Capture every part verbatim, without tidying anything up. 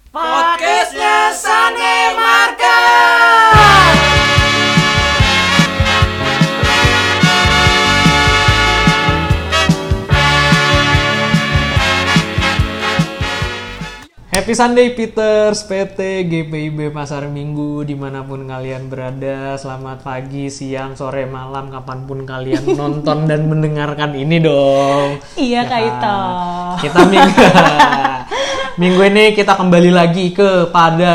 Podcastnya Sunday Market. Happy Sunday Peters, P T, G P I B Pasar Minggu, dimanapun kalian berada. Selamat pagi, siang, sore, malam, kapanpun kalian nonton dan mendengarkan ini dong. Iya, ya Kak Ito. kan? Kita minggu, minggu ini kita kembali lagi kepada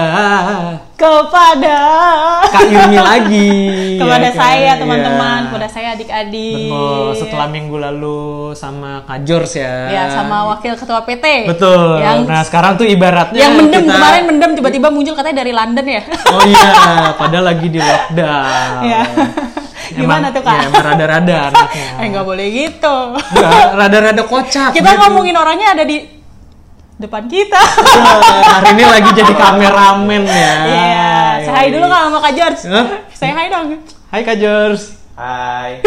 Kepada Kak Irmi lagi. Kepada ya kan? saya teman-teman, Ya. kepada saya adik-adik. Betul, setelah minggu lalu sama Kak Jors ya. Ya, sama wakil ketua P T. Betul. Yang Nah sekarang tuh ibaratnya yang mendem kita... kemarin mendem tiba-tiba muncul katanya dari London ya. Oh iya, padahal lagi di lockdown. Iya. Gimana tuh, Kak? Ya, emang rada-rada anaknya. Eh nggak boleh gitu. Nggak, rada-rada kocak. Kita gitu. ngomongin orangnya ada di depan kita. Betul, hari ini lagi jadi kameramen ya. Iya. Saya hai dulu Kak sama Kak George. Hah? Saya hai dong. Hai Kak Jors. Hai.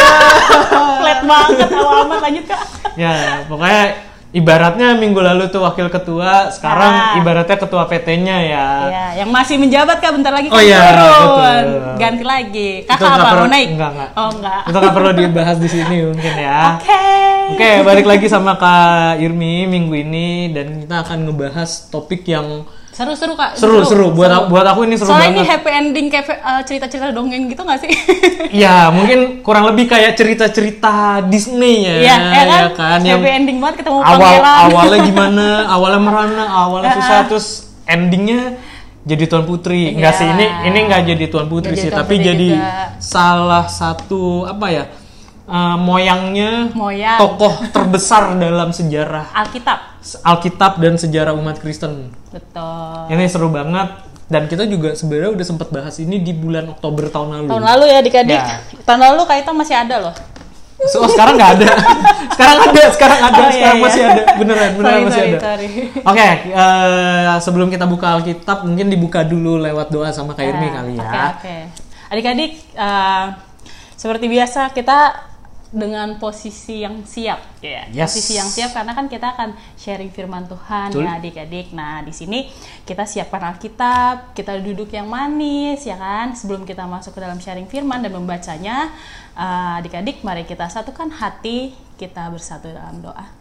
Flat banget awal amat, lanjut Kak. Ya, pokoknya ibaratnya minggu lalu tuh wakil ketua, sekarang Ah. ibaratnya ketua P T-nya ya. Iya, yang masih menjabat Kak bentar lagi Oh kan iya, turun. betul. Ganti lagi. Itu Kakak nggak apa perlu- mau naik? Enggak, enggak. Oh, enggak. Itu nggak perlu dibahas di sini mungkin ya. Oke. Oke, balik lagi sama Kak Irmi minggu ini dan kita akan ngebahas topik yang Seru-seru Kak. seru seru buat aku, buat aku ini seru Soalnya banget. ini happy ending kayak uh, cerita-cerita dongeng gitu gak sih? Iya, mungkin kurang lebih kayak cerita-cerita Disney ya, Iya, ya kan? ya kan? Yang Happy ending banget ketemu awal pangeran. awalnya gimana, awalnya merana, awalnya susah, terus endingnya jadi Tuan Putri. Enggak Iya. sih, ini ini enggak jadi Tuan Putri Nggak sih, jadi Tuan tapi Putri jadi juga. salah satu apa ya? eh, moyangnya Moyang. tokoh terbesar dalam sejarah Alkitab. Alkitab dan sejarah umat Kristen. Betul. Ini seru banget dan kita juga sebenarnya udah sempat bahas ini di bulan Oktober tahun lalu. Tahun lalu ya adik-adik. Ya. Tahun lalu Kak Ito masih ada loh. So, oh, sekarang nggak ada. Sekarang ada, sekarang ada, Oh, iya, sekarang iya. masih ada. Beneran, beneran Sorry, masih sorry, ada. sorry. Oke, eh, sebelum kita buka Alkitab, mungkin dibuka dulu lewat doa sama Kak Irmi Nah, kali ya. Oke, oke. Adik-adik, eh, seperti biasa kita dengan posisi yang siap, ya. Yes. Posisi yang siap karena kan kita akan sharing firman Tuhan Betul. ya adik-adik. Nah di sini kita siapkan Alkitab, kita duduk yang manis ya kan. Sebelum kita masuk ke dalam sharing firman dan membacanya, eh, adik-adik mari kita satukan hati, kita bersatu dalam doa.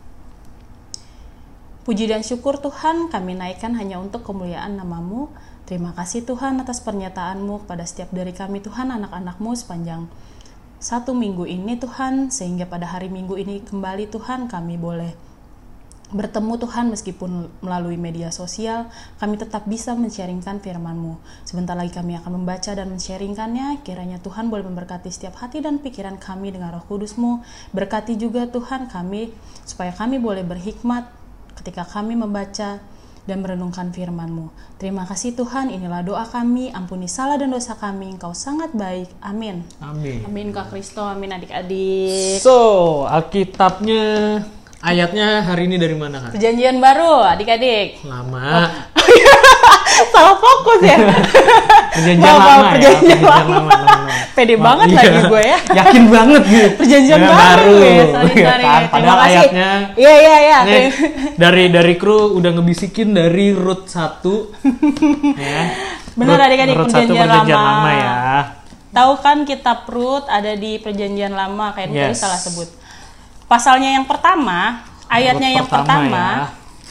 Puji dan syukur Tuhan kami naikkan hanya untuk kemuliaan nama-Mu. Terima kasih Tuhan atas pernyataan-Mu kepada setiap dari kami Tuhan, anak-anak-Mu sepanjang satu minggu ini Tuhan, sehingga pada hari Minggu ini kembali Tuhan kami boleh bertemu Tuhan meskipun melalui media sosial, kami tetap bisa men-sharingkan firman-Mu. Sebentar lagi kami akan membaca dan men-sharingkannya, kiranya Tuhan boleh memberkati setiap hati dan pikiran kami dengan Roh Kudus-Mu. Berkati juga Tuhan kami, supaya kami boleh berhikmat ketika kami membaca dan merenungkan firman-Mu. Terima kasih Tuhan, inilah doa kami, ampuni salah dan dosa kami, Engkau sangat baik, amin. Amin. Amin Kak Kristo, amin adik-adik. So, Alkitabnya, ayatnya hari ini dari mana Kak? Perjanjian baru adik-adik. Lama. Salah fokus ya. Perjanjian Maaf, lama ya. perjanjian lama. lama. Pede Wah, banget iya. lagi gue ya. Yakin banget gitu. Perjanjian Ya, baru, ya. Sorry, Ya sorry. kan? Terima Padahal kasih. ayatnya Iya, iya, iya. nih, dari dari kru udah ngebisikin dari root satu ya. Benar, Root- adik-adik, root satu perjanjian perjanjian lama. lama ya. Tahu kan kitab Rut ada di perjanjian lama, kayak tadi Yes. salah sebut. Pasalnya yang pertama, ayatnya Root yang pertama, ya.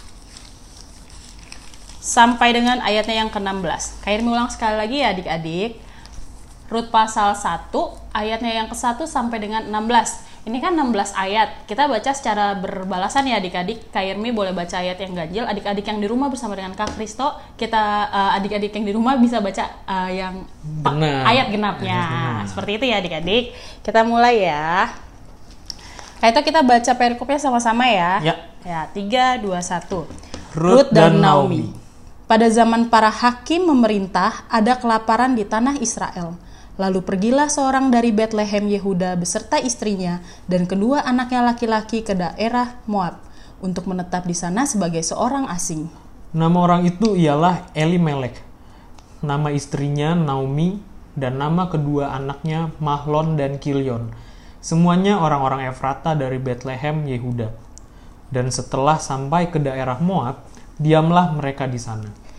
sampai dengan ayatnya yang ke-enam belas. Kayak ulang sekali lagi ya adik-adik. Rut pasal satu, ayatnya yang ke satu sampai dengan enam belas. Ini kan enam belas ayat. Kita baca secara berbalasan ya adik-adik. Kak Irmi boleh baca ayat yang ganjil. Adik-adik yang di rumah bersama dengan Kak Kristo, kita uh, adik-adik yang di rumah bisa baca uh, yang pa- Genap. ayat genapnya. Ayat genap. Seperti itu ya adik-adik. Kita mulai ya. Kayak itu kita baca perikopnya sama-sama ya. Ya. Ya, tiga, dua, satu. Rut dan Naomi. Pada zaman para hakim memerintah, ada kelaparan di tanah Israel. Lalu pergilah seorang dari Betlehem Yehuda beserta istrinya dan kedua anaknya laki-laki ke daerah Moab untuk menetap di sana sebagai seorang asing. Nama orang itu ialah Elimelek. Nama istrinya Naomi dan nama kedua anaknya Mahlon dan Kilion. Semuanya orang-orang Efrata dari Betlehem Yehuda. Dan setelah sampai ke daerah Moab, diamlah mereka di sana.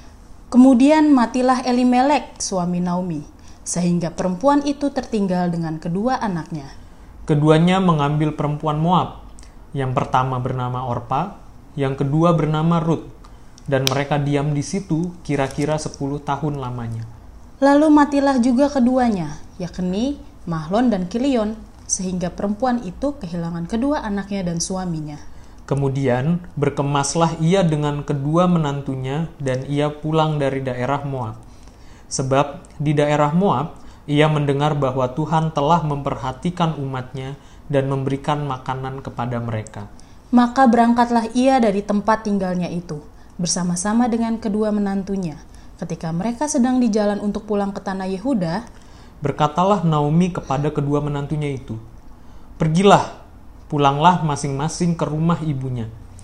Kemudian matilah Elimelek, suami Naomi, sehingga perempuan itu tertinggal dengan kedua anaknya. Keduanya mengambil perempuan Moab. Yang pertama bernama Orpa, yang kedua bernama Rut, dan mereka diam di situ kira-kira sepuluh tahun lamanya. Lalu matilah juga keduanya, yakni Mahlon dan Kilion, sehingga perempuan itu kehilangan kedua anaknya dan suaminya. Kemudian berkemaslah ia dengan kedua menantunya dan ia pulang dari daerah Moab. Sebab di daerah Moab ia mendengar bahwa Tuhan telah memperhatikan umatnya dan memberikan makanan kepada mereka. Maka berangkatlah ia dari tempat tinggalnya itu, bersama-sama dengan kedua menantunya. Ketika mereka sedang di jalan untuk pulang ke tanah Yehuda, berkatalah Naomi kepada kedua menantunya itu, "Pergilah, pulanglah masing-masing ke rumah ibunya.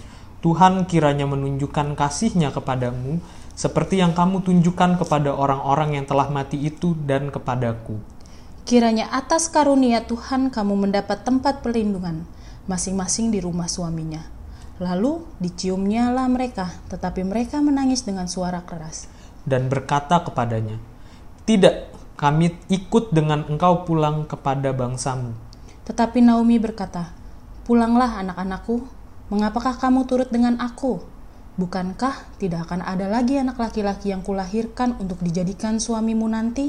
Tuhan kiranya menunjukkan kasih-Nya kepadamu, seperti yang kamu tunjukkan kepada orang-orang yang telah mati itu dan kepadaku. Kiranya atas karunia Tuhan kamu mendapat tempat perlindungan, masing-masing di rumah suaminya." Lalu diciumnyalah mereka, tetapi mereka menangis dengan suara keras. Dan berkata kepadanya, "Tidak, kami ikut dengan engkau pulang kepada bangsamu." Tetapi Naomi berkata, "Pulanglah anak-anakku, mengapakah kamu turut dengan aku? Bukankah tidak akan ada lagi anak laki-laki yang kulahirkan untuk dijadikan suamimu nanti?"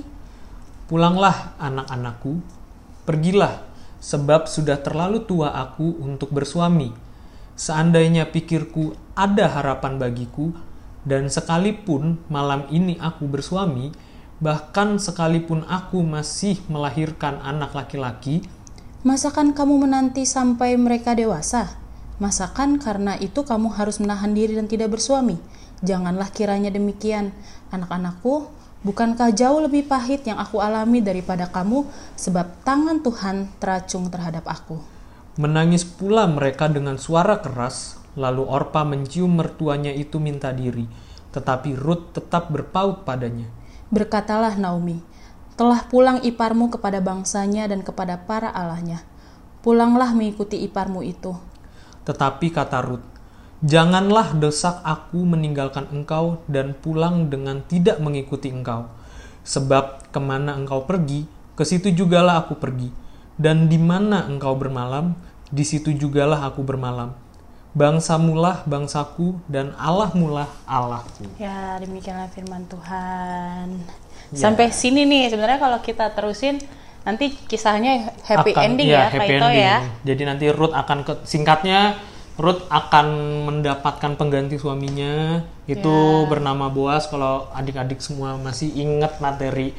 "Pulanglah anak-anakku, pergilah, sebab sudah terlalu tua aku untuk bersuami. Seandainya pikirku ada harapan bagiku, dan sekalipun malam ini aku bersuami, bahkan sekalipun aku masih melahirkan anak laki-laki, masakan kamu menanti sampai mereka dewasa? Masakan karena itu kamu harus menahan diri dan tidak bersuami? Janganlah kiranya demikian, anak-anakku. Bukankah jauh lebih pahit yang aku alami daripada kamu, sebab tangan Tuhan teracung terhadap aku." Menangis pula mereka dengan suara keras. Lalu Orpa mencium mertuanya itu minta diri, tetapi Rut tetap berpaut padanya. Berkatalah Naomi, "Telah pulang iparmu kepada bangsanya dan kepada para allahnya. Pulanglah mengikuti iparmu itu." Tetapi kata Rut, "Janganlah desak aku meninggalkan engkau dan pulang dengan tidak mengikuti engkau. Sebab kemana engkau pergi, ke situ jugalah aku pergi. Dan di mana engkau bermalam, di situ jugalah aku bermalam. Bangsamulah bangsaku dan Allahmulah Allahku." Ya, demikianlah firman Tuhan. Ya. Sampai sini nih, sebenarnya kalau kita terusin, nanti kisahnya happy Akan- ending ya, ya, happy Kak Ito ending. ya. Jadi nanti Rut akan ke, singkatnya Rut akan mendapatkan pengganti suaminya, itu Ya. bernama Boas. Kalau adik-adik semua masih ingat materi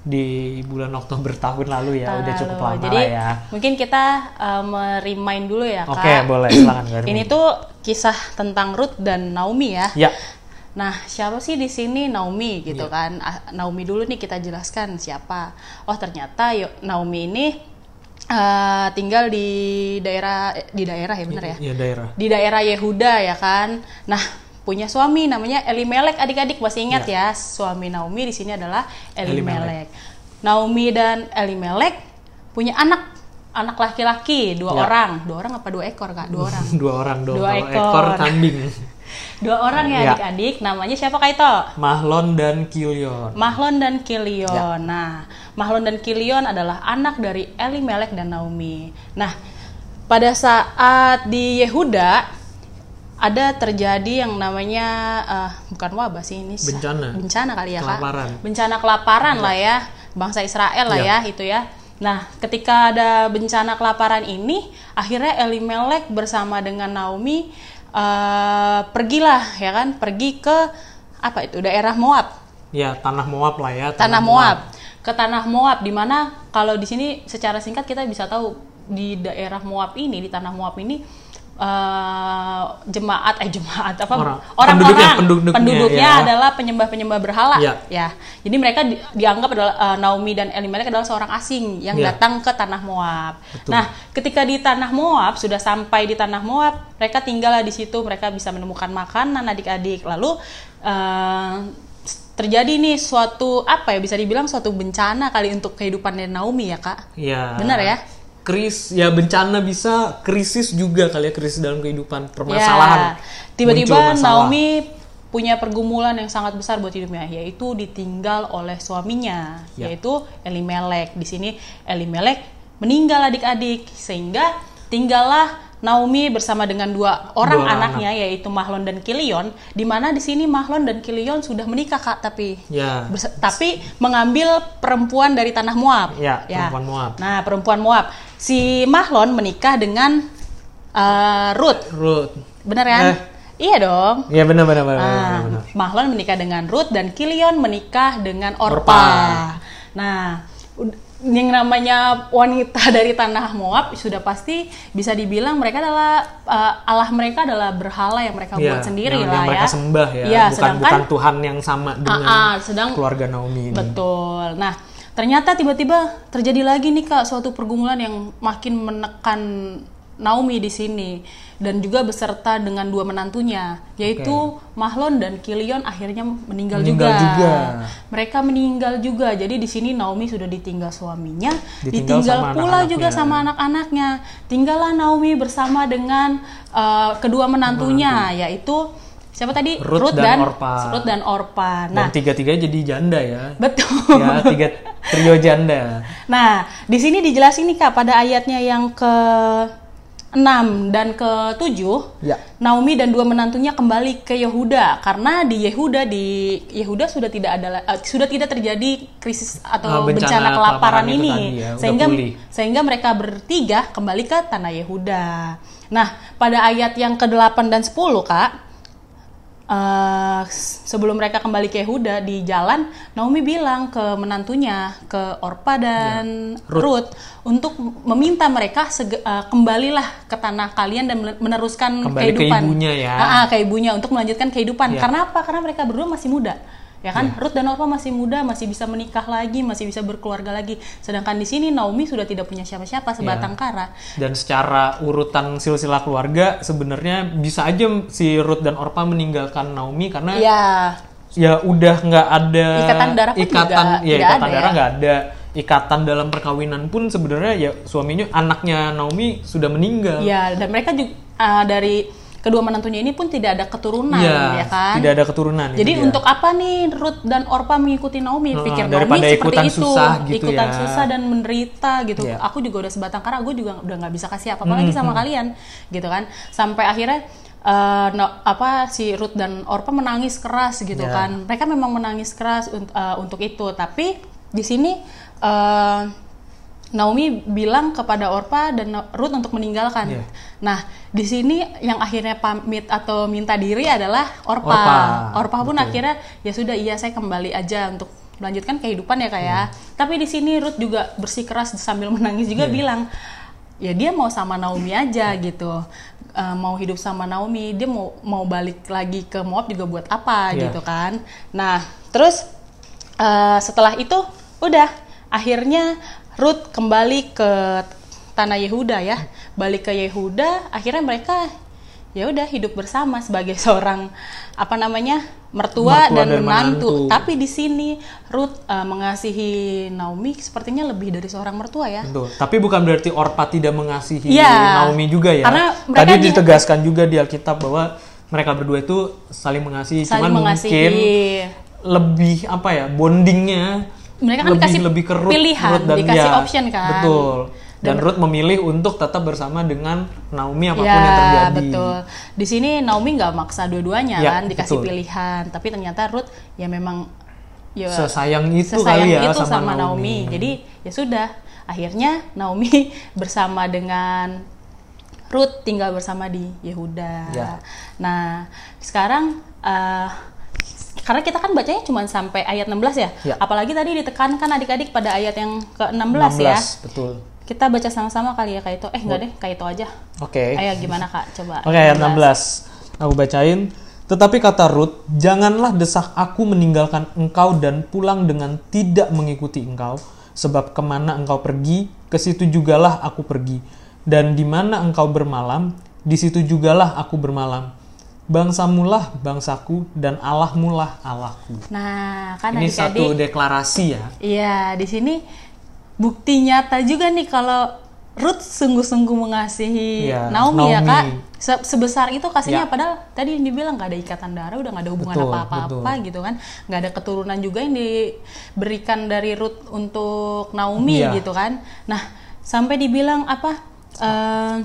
di bulan Oktober tahun lalu ya, udah cukup lama Jadi, lah ya. mungkin kita uh, me-remind dulu ya, Kak. Oke, boleh, silakan Kak Rimi. Ini tuh kisah tentang Ruth dan Naomi ya. Ya, Nah, siapa sih di sini Naomi gitu Iya. kan? Ah, Naomi dulu nih kita jelaskan siapa. Oh, ternyata yuk, Naomi ini uh, tinggal di daerah di daerah ya benar ya? ya daerah. Di daerah Yehuda ya kan. Nah, punya suami namanya Elimelek, adik-adik masih ingat ya. Suami Naomi di sini adalah Elimelek. Naomi dan Elimelek punya anak anak laki-laki dua Ya. orang. Dua orang apa dua ekor, Kak? Dua orang. Dua orang dong, Dua kalau ekor. ekor kambing. Dua orang ya Ya. adik-adik. Namanya siapa, Kak Ito? Mahlon dan Kilion. Mahlon dan Kilion. Ya. Nah, Mahlon dan Kilion adalah anak dari Elimelek dan Naomi. Nah, pada saat di Yehuda ada terjadi yang namanya uh, bukan wabah sih ini sa- Bencana. bencana kali ya, Kak. Kelaparan. Bencana kelaparan lah ya, bangsa Israel lah Ya. ya itu ya. Nah, ketika ada bencana kelaparan ini, akhirnya Elimelek bersama dengan Naomi uh, pergilah ya kan, pergi ke apa itu daerah Moab. Ya, tanah Moab lah ya. Tanah Moab. Ke tanah Moab, di mana kalau di sini secara singkat kita bisa tahu di daerah Moab ini, di tanah Moab ini uh, jemaat eh jemaat apa Orang- orang-orang penduduknya- penduduknya, penduduknya ya. adalah penyembah-penyembah berhala Ya. ya. Jadi mereka di- dianggap adalah uh, Naomi dan Elimelek adalah seorang asing yang Ya. datang ke tanah Moab. Betul. Nah, ketika di tanah Moab, sudah sampai di tanah Moab, mereka tinggallah di situ, mereka bisa menemukan makanan adik-adik. Lalu uh, terjadi nih suatu apa ya bisa dibilang suatu bencana kali untuk kehidupan dari Naomi ya, Kak. Ya. Benar ya? Kris, ya bencana bisa, krisis juga kali ya, krisis dalam kehidupan, permasalahan. Ya, tiba-tiba muncul masalah. Naomi punya pergumulan yang sangat besar buat hidupnya, yaitu ditinggal oleh suaminya, Ya. yaitu Elimelek. Di sini Elimelek meninggal adik-adik, sehingga tinggallah Naomi bersama dengan dua orang Dua orang anaknya, yaitu Mahlon dan Kilion. Di mana di sini Mahlon dan Kilion sudah menikah, Kak, tapi Ya. Bers- tapi mengambil perempuan dari tanah Moab. Ya, perempuan Moab. Nah, perempuan Moab. Si Mahlon menikah dengan uh, Ruth. Ruth. Benar kan? Eh. Iya dong. Iya benar benar benar. Nah, benar, benar. Mahlon menikah dengan Ruth dan Kilion menikah dengan Orpa. Orpa. Nah, ud- yang namanya wanita dari tanah Moab sudah pasti bisa dibilang mereka adalah uh, Allah mereka adalah berhala yang mereka Iya, buat sendiri yang, lah yang ya. mereka sembah ya, Iya, bukan sedangkan bukan Tuhan yang sama dengan Ah, ah, sedang- keluarga Naomi ini. Betul. Nah, ternyata tiba-tiba terjadi lagi nih, Kak, suatu pergumulan yang makin menekan Naomi di sini, dan juga beserta dengan dua menantunya, yaitu Mahlon dan Kilion akhirnya meninggal, Meninggal juga. juga. Mereka meninggal juga. Jadi di sini Naomi sudah ditinggal suaminya, Ditinggal ditinggal, sama pula anak-anaknya. juga sama anak-anaknya. Tinggallah Naomi bersama dengan uh, kedua menantunya, yaitu siapa tadi? Ruth dan Orpa. Ruth dan Orpa. Dan Nah, tiga-tiganya jadi janda ya. betul. Ya, tiga trio janda. Nah, di sini dijelasin nih, Kak, pada ayatnya yang ke enam dan ke tujuh, Ya. Naomi dan dua menantunya kembali ke Yehuda, karena di Yehuda di Yehuda sudah tidak ada uh, sudah tidak terjadi krisis atau Ah, bencana bencana, kelaparan kelaparan itu ini, tadi ya, udah sehingga pulih. sehingga mereka bertiga kembali ke tanah Yehuda. Nah, pada ayat yang ke delapan dan sepuluh, Kak, Uh, sebelum mereka kembali ke Yehuda, di jalan Naomi bilang ke menantunya, ke Orpa dan Ya, Ruth. Ruth, untuk meminta mereka sege- uh, kembalilah ke tanah kalian dan meneruskan Kembali ke kehidupan. ibunya ya. Ah, ah, ke ibunya untuk melanjutkan kehidupan. Ya. Karena apa? Karena mereka berdua masih muda. Ya kan, Ruth dan Orpa masih muda, masih bisa menikah lagi, masih bisa berkeluarga lagi. Sedangkan di sini Naomi sudah tidak punya siapa-siapa, sebatang kara. Dan secara urutan silsilah keluarga sebenarnya bisa aja si Ruth dan Orpa meninggalkan Naomi karena Iya. ya udah nggak ada Ikatan darah pun ikatan juga ya tidak ikatan ada darah ya. nggak ada, ikatan dalam perkawinan pun sebenarnya ya suaminya, anaknya Naomi sudah meninggal. Ya, dan mereka juga uh, dari kedua menantunya ini pun tidak ada keturunan, Ya, ya kan? tidak ada keturunan. itu Jadi dia. untuk apa nih Ruth dan Orpa mengikuti Naomi? Heeh, Pikir daripada Naomi ikutan seperti itu, susah gitu ikutan ya. susah dan menderita gitu. Iya. Aku juga udah sebatang kara, gue juga udah nggak bisa kasih apa-apa lagi Hmm, sama kalian, gitu kan? Sampai akhirnya uh, no- apa si Ruth dan Orpa menangis keras gitu Iya. kan? Mereka memang menangis keras un- uh, untuk itu, tapi di sini uh, Naomi bilang kepada Orpa dan Ruth untuk meninggalkan. Iya. Nah, di sini yang akhirnya pamit atau minta diri adalah Orpa. Orpa, Orpa pun betul. akhirnya ya sudah, iya saya kembali aja untuk melanjutkan kehidupan ya, Kak ya. Iya. Tapi di sini Ruth juga bersikeras sambil menangis juga Iya. bilang, ya dia mau sama Naomi aja gitu. Uh, mau hidup sama Naomi, dia mau mau balik lagi ke Moab juga buat apa Iya. gitu kan. Nah, terus uh, setelah itu udah akhirnya Ruth kembali ke tanah Yehuda ya, balik ke Yehuda. Akhirnya mereka ya udah hidup bersama sebagai seorang apa namanya mertua, Mertua dan, dan menantu. menantu. Tapi di sini Ruth uh, mengasihi Naomi sepertinya lebih dari seorang mertua ya. Betul. Tapi bukan berarti Orpa tidak mengasihi Iya. Naomi juga ya. Karena mereka Tadi di- ditegaskan juga di Alkitab bahwa mereka berdua itu saling mengasihi. Saling Cuman mengasihi. mungkin lebih apa ya, bondingnya Mereka kan lebih, dikasih lebih ke Ruth, pilihan, Ruth dan dikasih ya, option kan. Betul. Dan, Dan- Ruth memilih untuk tetap bersama dengan Naomi apapun Ya, yang terjadi. betul. Di sini Naomi nggak maksa dua-duanya Ya, kan, dikasih betul. pilihan. Tapi ternyata Ruth ya memang ya Sesayang itu sesayang kali ya itu sama sama, Naomi. Naomi. Jadi ya sudah, akhirnya Naomi bersama dengan Ruth tinggal bersama di Yehuda. Ya. Nah, sekarang eh, karena kita kan bacanya cuma sampai ayat enam belas ya. Ya. Apalagi tadi ditekankan adik-adik pada ayat yang ke enam belas ya. Betul. Kita baca sama-sama kali ya, Kak Ito. Eh, enggak deh, Kak Ito aja. Oke. Ayo gimana, Kak? Coba. Oke, ayat enam belas. Aku bacain. Tetapi kata Ruth, janganlah desak aku meninggalkan engkau dan pulang dengan tidak mengikuti engkau, sebab kemana engkau pergi, ke situ jugalah aku pergi. Dan di mana engkau bermalam, di situ jugalah aku bermalam. Bangsamulah bangsaku dan Allahmulah Allahku. Nah, kan Ini satu adik-adik. deklarasi ya. Iya, di sini bukti nyata juga nih kalau Ruth sungguh-sungguh mengasihi Iya, Naomi, ya, Naomi. Kak. Se- sebesar itu kasihnya, Ya. padahal tadi yang dibilang nggak ada ikatan darah, udah nggak ada hubungan Betul, apa-apa gitu kan, nggak ada keturunan juga yang diberikan dari Ruth untuk Naomi Ya. gitu kan. Nah sampai dibilang apa? Uh,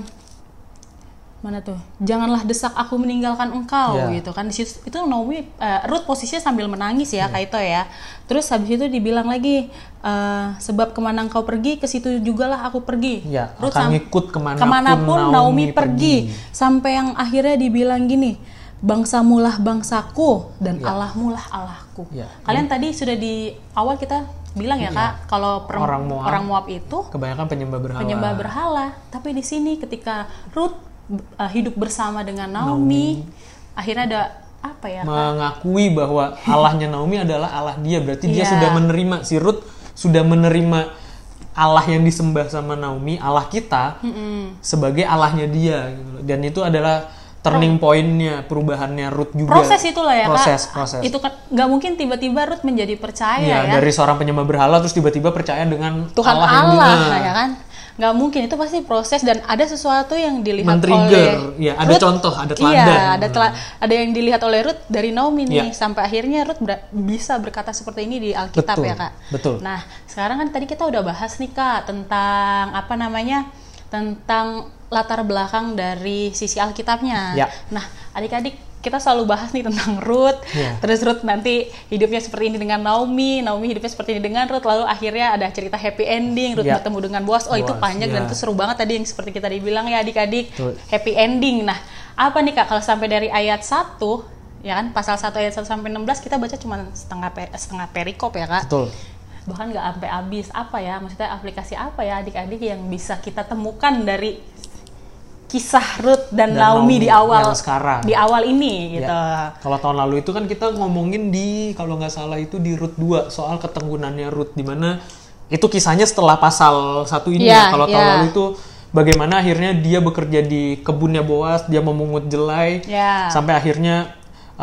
mana tuh? Janganlah desak aku meninggalkan engkau Ya. gitu kan. Di situ itu Naomi, uh, Ruth posisinya sambil menangis ya, kayak itu ya. Terus habis itu dibilang lagi, uh, sebab kemana engkau pergi, ke situ jugalah aku pergi. Ya, Ruth akan sam- ngikut kemanapun, kemanapun Naomi, Naomi pergi. pergi. Sampai yang akhirnya dibilang gini, bangsamulah bangsaku dan Ya. Allahmulah Allahku. Ya. Kalian tadi sudah di awal kita bilang ya, Kak, kalau per- Orang Moab. orang Moab itu Kebanyakan penyembah berhala. penyembah berhala. Tapi di sini ketika Ruth uh, hidup bersama dengan Naomi, akhirnya ada apa ya, Kak? Mengakui bahwa Allahnya Naomi adalah Allah dia, berarti dia Iya. sudah menerima, si Ruth sudah menerima Allah yang disembah sama Naomi, Allah kita, Mm-mm. sebagai Allahnya dia gitu loh. Dan itu adalah turning point-nya, perubahannya Ruth juga. Proses itulah ya, proses, Kak. Proses, Itu kan nggak mungkin tiba-tiba Ruth menjadi percaya Iya, ya. dari seorang penyembah berhala terus tiba-tiba percaya dengan Tuhan Allah, Allah, yang dia- ya kan? Nggak mungkin, itu pasti proses dan ada sesuatu yang dilihat Men-trigger, oleh ya, ada Ruth. contoh, ada teladan. Iya, ada tela- ada yang dilihat oleh Ruth dari Naomi nih, Iya. sampai akhirnya Ruth ber- bisa berkata seperti ini di Alkitab. Betul, Ya, Kak. betul. Nah, sekarang kan tadi kita udah bahas nih, Kak, tentang apa namanya? Tentang latar belakang dari sisi Alkitabnya. Ya. Nah, adik-adik, kita selalu bahas nih tentang Ruth. Ya. Terus Ruth nanti hidupnya seperti ini dengan Naomi, Naomi hidupnya seperti ini dengan Ruth, lalu akhirnya ada cerita happy ending, Ruth Ya. bertemu dengan Boaz. Oh, itu Boaz, panjang ya. dan itu seru banget tadi yang seperti kita dibilang ya adik-adik. Betul. Happy ending. Nah, apa nih, Kak, kalau sampai dari ayat satu, ya kan, pasal satu ayat satu sampai enam belas kita baca cuma setengah per, setengah perikop ya, Kak. Betul. Bahkan nggak sampai habis. Apa ya? Maksudnya aplikasi apa ya adik-adik yang bisa kita temukan dari kisah Ruth dan, Dan Naomi, Naomi di awal yang sekarang. di awal ini gitu. Ya. Kalau tahun lalu itu kan kita ngomongin di, kalau nggak salah itu di Ruth dua, soal ketekunannya Ruth, di mana itu kisahnya setelah pasal satu ini Ya, ya. Kalau tahun ya. lalu itu bagaimana akhirnya dia bekerja di kebunnya Boaz, dia memungut jelai, Ya. sampai akhirnya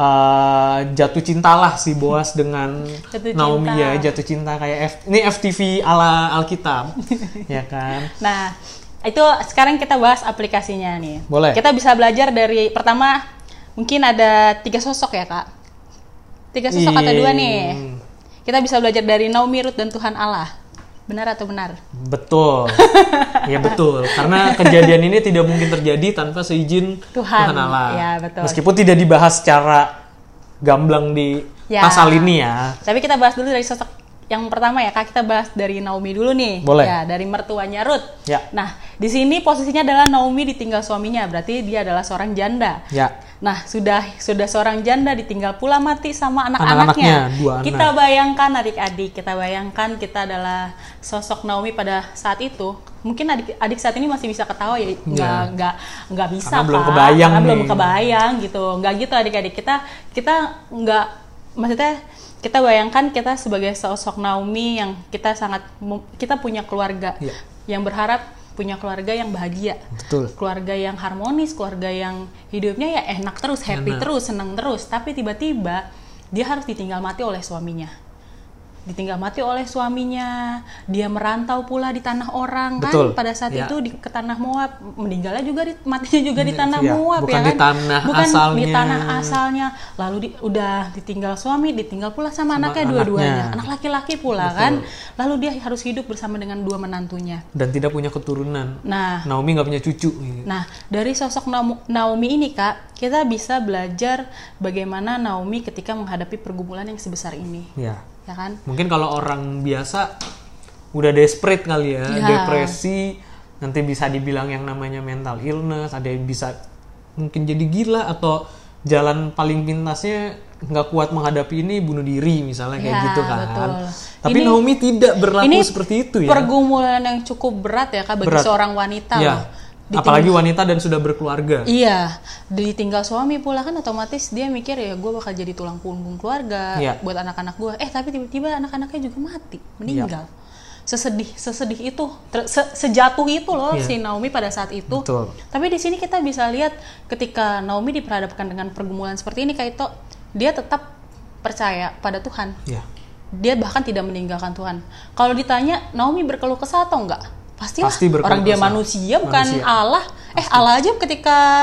uh, jatuh cintalah si Boaz dengan Jatuh Naomi, cinta. ya, jatuh cinta kayak F, ini F T V ala Alkitab, ya kan? Nah, itu sekarang kita bahas aplikasinya nih. Boleh. Kita bisa belajar dari pertama, mungkin ada tiga sosok ya, Kak. Tiga sosok atau dua nih. Hmm. Kita bisa belajar dari Naomi, Ruth, dan Tuhan Allah. Benar atau benar? Betul, ya betul. Karena kejadian ini tidak mungkin terjadi tanpa seizin Tuhan. Tuhan Allah. Ya, betul. Meskipun tidak dibahas secara gamblang di Ya. pasal ini ya. Tapi kita bahas dulu dari sosok yang pertama ya, Kak. Kita bahas dari Naomi dulu nih. Boleh. Ya, dari mertuanya Ruth. Ya. Nah, di sini posisinya adalah Naomi ditinggal suaminya, berarti dia adalah seorang janda. Ya. Nah, sudah sudah seorang janda ditinggal pula mati sama Anak-anaknya, anak-anaknya. dua anak. Kita bayangkan adik-adik, kita bayangkan kita adalah sosok Naomi pada saat itu. Mungkin adik-adik saat ini masih bisa ketawa ya, nggak Ya. nggak nggak bisa, Karena belum Kak. kebayang Karena nih. belum kebayang gitu. Nggak gitu adik-adik, kita kita nggak, maksudnya kita bayangkan kita sebagai sosok Naomi yang kita sangat kita punya keluarga Ya. yang berharap punya keluarga yang bahagia, Betul. keluarga yang harmonis, keluarga yang hidupnya ya enak terus, happy Enak. terus, senang terus. Tapi tiba-tiba dia harus ditinggal mati oleh suaminya. Ditinggal mati oleh suaminya, dia merantau pula di tanah orang. Betul. Kan pada saat Ya. itu di ke tanah Moab, meninggalnya juga di, matinya juga di tanah Ya, Moab, bukan ya kan? di tanah bukan di asalnya. tanah asalnya. Lalu di, udah ditinggal suami, ditinggal pula sama, Sama anaknya dua-duanya, anaknya. anak laki-laki pula. Betul. Kan. Lalu dia harus hidup bersama dengan dua menantunya. Dan tidak punya keturunan. Nah, Naomi nggak punya cucu. Gitu. Nah, dari sosok Naomi- Naomi ini, Kak, kita bisa belajar bagaimana Naomi ketika menghadapi pergumulan yang sebesar ini, Ya. ya kan? Mungkin kalau orang biasa udah desperate kali ya, Ya. depresi, nanti bisa dibilang yang namanya mental illness, ada yang bisa mungkin jadi gila, atau jalan paling pintasnya nggak kuat menghadapi ini, bunuh diri misalnya, kayak Ya, gitu kan. betul. Tapi Ini- Naomi tidak berlaku Ini seperti itu ya. pergumulan yang cukup berat ya, Kak, bagi Berat. seorang wanita Ya. loh. Diting- Apalagi wanita dan sudah berkeluarga. Iya, ditinggal suami pula kan otomatis dia mikir ya gue bakal jadi tulang punggung keluarga Iya. buat anak-anak gue. Eh tapi tiba-tiba anak-anaknya juga mati, meninggal. Sesedih, sesedih itu, ter- se- sejatuh itu loh Iya. si Naomi pada saat itu. Betul. Tapi di sini kita bisa lihat ketika Naomi diperhadapkan dengan pergumulan seperti ini, kayak itu dia tetap percaya pada Tuhan. Ya. Dia bahkan tidak meninggalkan Tuhan. Kalau ditanya Naomi berkeluh kesah atau enggak? Pastilah. Pasti berkeluh Orang dia kesah. manusia bukan Manusia. Allah. Eh Allah aja ketika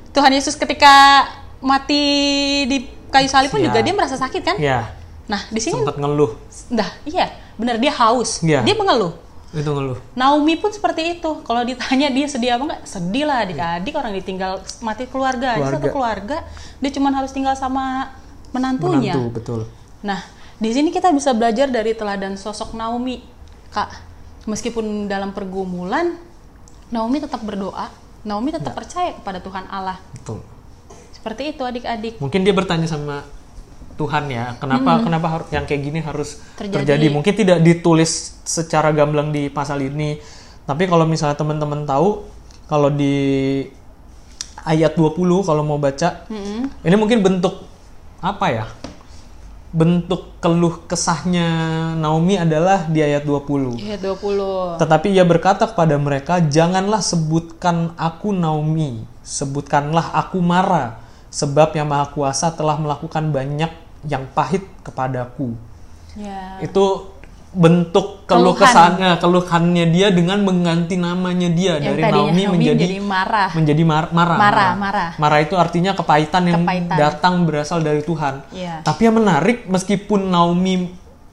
Tuhan Yesus ketika mati di kayu salib pun Ya. juga dia merasa sakit kan? Ya, Nah, di sini sempat ngeluh. dah, iya, benar dia haus. Ya. Dia mengeluh. Itu ngeluh. Naomi pun seperti itu. Kalau ditanya dia sedih apa enggak? Sedih lah adik-adik orang ditinggal mati keluarga. Keluarga. Satu keluarga dia cuma harus tinggal sama menantunya. Menantu, betul. Nah, di sini kita bisa belajar dari teladan sosok Naomi, Kak. Meskipun dalam pergumulan, Naomi tetap berdoa, Naomi tetap Ya. percaya kepada Tuhan Allah. Betul. Seperti itu adik-adik. Mungkin dia bertanya sama Tuhan ya, kenapa kenapa har- yang kayak gini harus Terjadi. terjadi. Mungkin tidak ditulis secara gamblang di pasal ini, tapi kalau misalnya teman-teman tahu, kalau di ayat dua puluh kalau mau baca, Mm-mm. ini mungkin bentuk apa ya? Bentuk keluh kesahnya Naomi adalah di ayat dua puluh. Ayat dua puluh. Tetapi ia berkata kepada mereka, janganlah sebutkan aku Naomi, sebutkanlah aku Mara, sebab yang Maha Kuasa telah melakukan banyak yang pahit kepadaku. Ya. Itu bentuk keluh Keluhan. kesahnya, keluhannya dia dengan mengganti namanya dia Yang dari tadinya Naomi Naomi menjadi menjadi Marah. menjadi mar- Mara. Marah, marah. Mara itu artinya kepahitan yang Kepahitan. datang berasal dari Tuhan. Iya. Tapi yang menarik, meskipun Naomi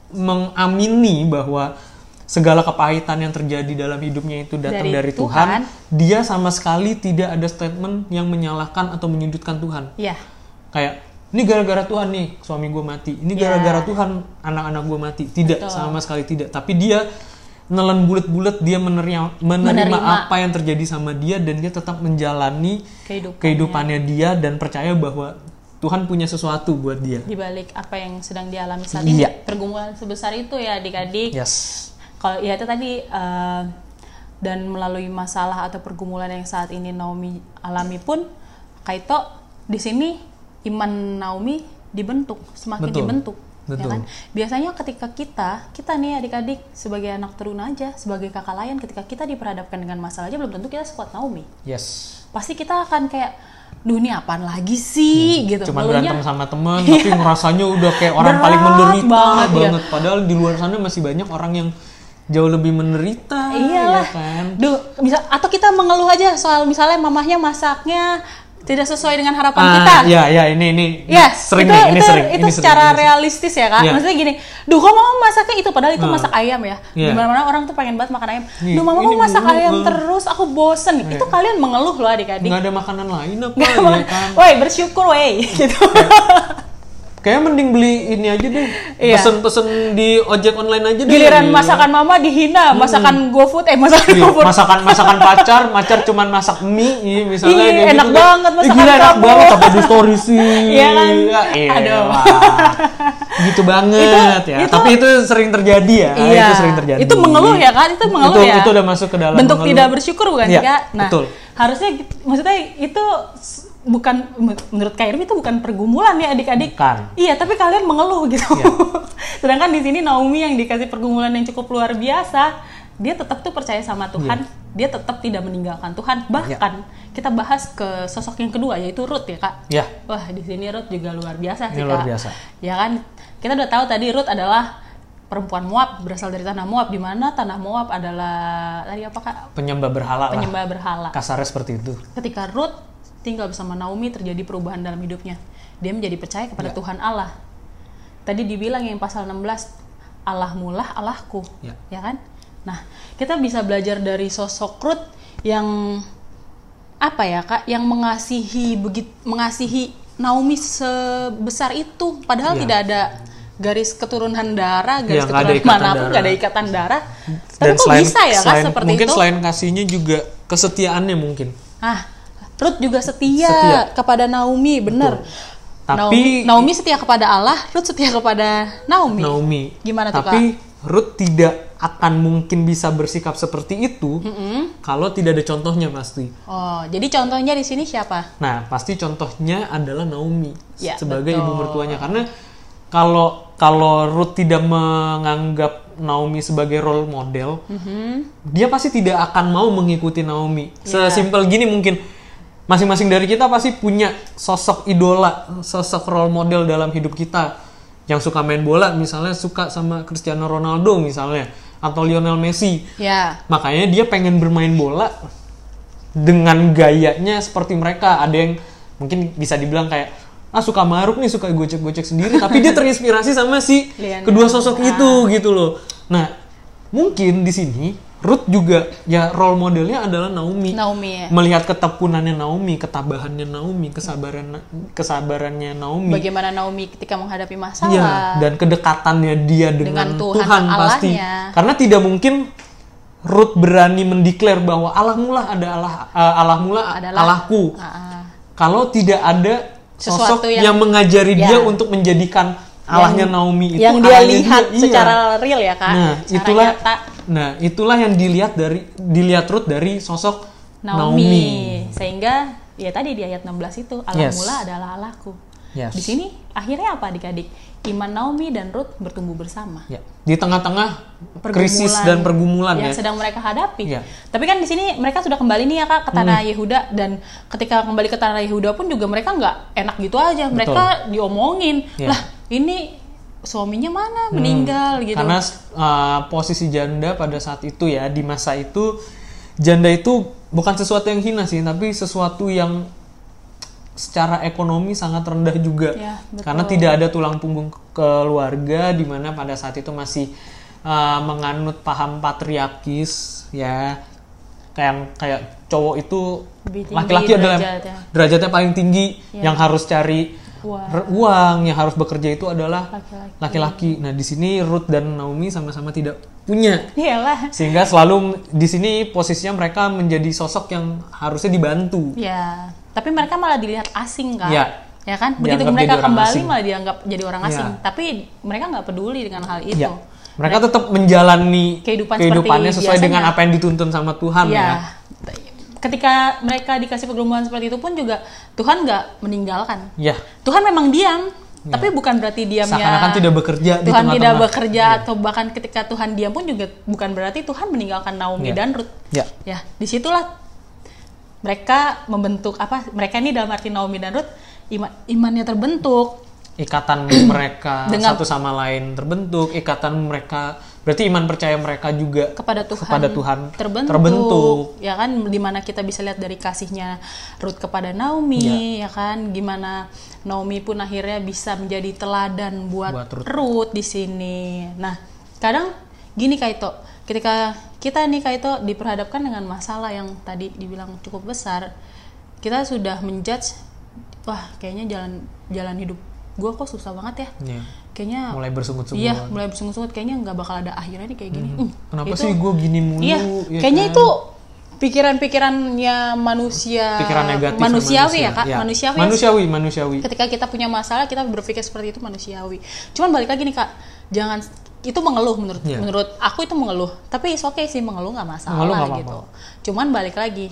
mengamini bahwa segala kepahitan yang terjadi dalam hidupnya itu datang Dari dari, Tuhan. Tuhan, dia sama sekali tidak ada statement yang menyalahkan atau menyudutkan Tuhan. Ya. Kayak, ini gara-gara Tuhan nih suami gue mati, ini Ya. gara-gara Tuhan anak-anak gue mati. Tidak, Betul. sama sekali tidak. Tapi dia nelen bulat-bulat, dia menerima, menerima, Menerima. apa yang terjadi sama dia, dan dia tetap menjalani Kehidupannya. kehidupannya dia dan percaya bahwa Tuhan punya sesuatu buat dia. Di balik apa yang sedang dialami saat Iya. ini, pergumulan sebesar itu ya adik-adik. Yes. Kalau ya itu tadi eh, dan melalui masalah atau pergumulan yang saat ini Naomi alami pun, Kaito di sini iman Naomi dibentuk, semakin Betul. dibentuk. Ya Betul. kan? Biasanya ketika kita, kita nih adik-adik sebagai anak teruna aja, sebagai kakak lain, ketika kita diperhadapkan dengan masalah aja belum tentu kita sekuat Naomi. Yes. Pasti kita akan kayak, duh ini apaan lagi sih gitu. Cuma Ngeluhnya- berantem sama temen, tapi ngerasanya udah kayak orang Berat paling menderita banget, banget. ya. Padahal di luar sana masih banyak orang yang jauh lebih menderita, Iya ya kan? Duh, bisa atau kita mengeluh aja soal misalnya mamahnya masaknya tidak sesuai dengan harapan Ah, kita. ya, ya, ini, ini, Yes, sering itu, nih, ini itu, sering, itu ini sering, secara ini sering. realistis ya kak. Iya. Maksudnya gini, duh kok mama masaknya itu padahal itu Nah. masak ayam ya. Iya. Dimana-mana orang tuh pengen banget makan ayam. Nih, Duh mama ini kok masak mulu, ayam eh. terus, aku bosen. Iya. Itu kalian mengeluh loh adik-adik. Nggak ada makanan lain apa, Nggak, ya kan? Woi bersyukur woi gitu. Kayaknya mending beli ini aja deh, Iya. pesen-pesen di ojek online aja deh. Giliran Gila. masakan mama dihina, masakan GoFood eh masakan Iya, GoFood. masakan masakan pacar, pacar cuman masak mie, iya, misalnya Ih, kayak enak gitu. banget Ih, masakan gila, enak kamu. banget sampai di story sih. Iya kan? Iya, Aduh. wah. Gitu banget Itu- ya. itu- Tapi itu sering terjadi ya. Iya, Itu sering terjadi. itu mengeluh ya kan? Itu mengeluh itu, ya. Itu udah masuk ke dalam bentuk mengeluh. tidak bersyukur bukan Iya, sih kak? Nah, betul. harusnya gitu- maksudnya itu s- bukan menurut Kak Irmi itu bukan pergumulan ya adik-adik. Bukan. Iya, tapi kalian mengeluh gitu. Iya. Sedangkan di sini Naomi yang dikasih pergumulan yang cukup luar biasa, dia tetap tuh percaya sama Tuhan, Iya. dia tetap tidak meninggalkan Tuhan. Bahkan kita bahas ke sosok yang kedua yaitu Ruth ya kak. Ya. Wah di sini Ruth juga luar biasa Ini sih luar kak. biasa. Ya kan, kita udah tahu tadi Ruth adalah perempuan Moab, berasal dari tanah Moab, di mana tanah Moab adalah tadi apa kak? Penyembah berhala lah. Penyembah berhala. Kasarnya seperti itu. Ketika Ruth tinggal bersama Naomi, terjadi perubahan dalam hidupnya. Dia menjadi percaya kepada Ya. Tuhan Allah. Tadi dibilang yang pasal enam belas, Allahmu lah Allahku, Ya. ya kan? Nah, kita bisa belajar dari sosok Ruth yang apa ya kak, yang mengasihi begitu mengasihi Naomi sebesar itu, padahal Ya. tidak ada garis keturunan darah, garis Ya, nggak ada keturunan ikatan manapun, darah. nggak ada ikatan darah. Tapi kok bisa ya kak selain- seperti mungkin itu? selain kasihnya juga kesetiaannya mungkin. Ah, Ruth juga setia, Setia. kepada Naomi, bener. Tapi- Naomi, Naomi setia kepada Allah, Ruth setia kepada Naomi. Naomi. Gimana tuh, Tapi Ruth tidak akan mungkin bisa bersikap seperti itu kalau tidak ada contohnya pasti. Oh, jadi contohnya di sini siapa? Nah, pasti contohnya adalah Naomi Ya, sebagai betul. ibu mertuanya, karena kalau kalau Ruth tidak menganggap Naomi sebagai role model, dia pasti tidak akan mau mengikuti Naomi. Ya. Sesimpel gini mungkin. Masing-masing dari kita pasti punya sosok idola, sosok role model dalam hidup kita. Yang suka main bola, misalnya suka sama Cristiano Ronaldo misalnya, atau Lionel Messi. Ya, Makanya dia pengen bermain bola dengan gayanya seperti mereka. Ada yang mungkin bisa dibilang kayak ah suka maruk nih, suka gocek-gocek sendiri, tapi dia terinspirasi sama si kedua sosok ah. itu gitu loh. Nah, mungkin di sini Ruth juga ya role modelnya adalah Naomi. Naomi ya. Melihat ketekunannya Naomi, ketabahannya Naomi, kesabaran kesabarannya Naomi. Bagaimana Naomi ketika menghadapi masalah. Iya, dan kedekatannya dia dengan, dengan Tuhan, Tuhan pasti. Karena tidak mungkin Ruth berani mendeklar bahwa Allahmu lah ada Allah, uh, Allahmu lah adalah Allahku. Uh, Kalau tidak ada sosok sesuatu yang, yang mengajari ya, dia untuk menjadikan Allahnya yang, Naomi itu yang dia lihat dia, secara iya. real ya Kak. Nah, secara itulah nyata. Nah, itulah yang dilihat dari dilihat Ruth dari sosok Naomi. Naomi. Sehingga ya tadi di ayat enam belas itu Allah Yes. mula adalah Allahku. Yes. Di sini akhirnya apa adik-adik? Iman Naomi dan Ruth bertumbuh bersama. Ya. Di tengah-tengah krisis dan pergumulan yang ya. sedang mereka hadapi. Ya. Tapi kan di sini mereka sudah kembali nih ya Kak ke tanah hmm. Yehuda, dan ketika kembali ke tanah Yehuda pun juga mereka nggak enak gitu aja. Betul. Mereka diomongin, ya. Lah ini suaminya mana meninggal hmm. gitu. Karena uh, posisi janda pada saat itu ya, di masa itu janda itu bukan sesuatu yang hina sih, tapi sesuatu yang secara ekonomi sangat rendah juga. Ya, karena tidak ada tulang punggung keluarga, di mana pada saat itu masih uh, menganut paham patriarkis ya, kayak kayak cowok itu laki-laki adalah derajatnya. derajatnya paling tinggi, ya. Yang harus cari uang. uang, yang harus bekerja itu adalah laki-laki. laki-laki. Nah, di sini Ruth dan Naomi sama-sama tidak punya. Iyalah. Sehingga selalu di sini posisinya mereka menjadi sosok yang harusnya dibantu. Ya, tapi mereka malah dilihat asing kan? Ya. Ya kan? Begitu Dianggap mereka kembali asing. malah dianggap jadi orang asing. Ya. Tapi mereka nggak peduli dengan hal itu. Ya. Mereka tetap menjalani kehidupan kehidupannya sesuai biasanya. dengan apa yang dituntun sama Tuhan ya. ya. Ketika mereka dikasih pergumulan seperti itu pun juga Tuhan nggak meninggalkan. Ya. Tuhan memang diam, ya. Tapi bukan berarti diamnya seakan-akan tidak bekerja Tuhan di tengah-tengah. tidak bekerja ya. Atau bahkan ketika Tuhan diam pun juga bukan berarti Tuhan meninggalkan Naomi ya. dan Ruth. Ya. Ya, disitulah mereka membentuk apa? Mereka ini dalam arti Naomi dan Ruth iman, imannya terbentuk. Ikatan mereka dengan, satu sama lain terbentuk, ikatan mereka berarti iman percaya mereka juga kepada Tuhan, kepada Tuhan terbentuk, terbentuk. Ya kan, dimana kita bisa lihat dari kasihnya Ruth kepada Naomi, ya, ya kan, gimana Naomi pun akhirnya bisa menjadi teladan buat, buat Ruth. Ruth di sini. Nah, kadang gini Kaito, ketika kita nih Kaito diperhadapkan dengan masalah yang tadi dibilang cukup besar, kita sudah menjudge, wah kayaknya jalan jalan hidup gue kok susah banget ya, yeah. Kayaknya mulai bersungut-sungut. Iya, mulai bersungut-sungut. Kayaknya nggak bakal ada akhirnya nih kayak gini. Hmm. Hmm, Kenapa itu, sih gue gini mulu? Iya, ya kayaknya kan? itu pikiran-pikirannya manusia, pikiran negatif manusiawi manusia. ya kak, ya. manusiawi. Manusiawi, manusiawi. Ketika kita punya masalah, kita berpikir seperti itu manusiawi. Cuman balik lagi nih kak, jangan itu mengeluh menurut yeah. menurut aku itu mengeluh. Tapi it's okay sih mengeluh nggak masalah mengeluh gak gitu. Apa-apa. Cuman balik lagi,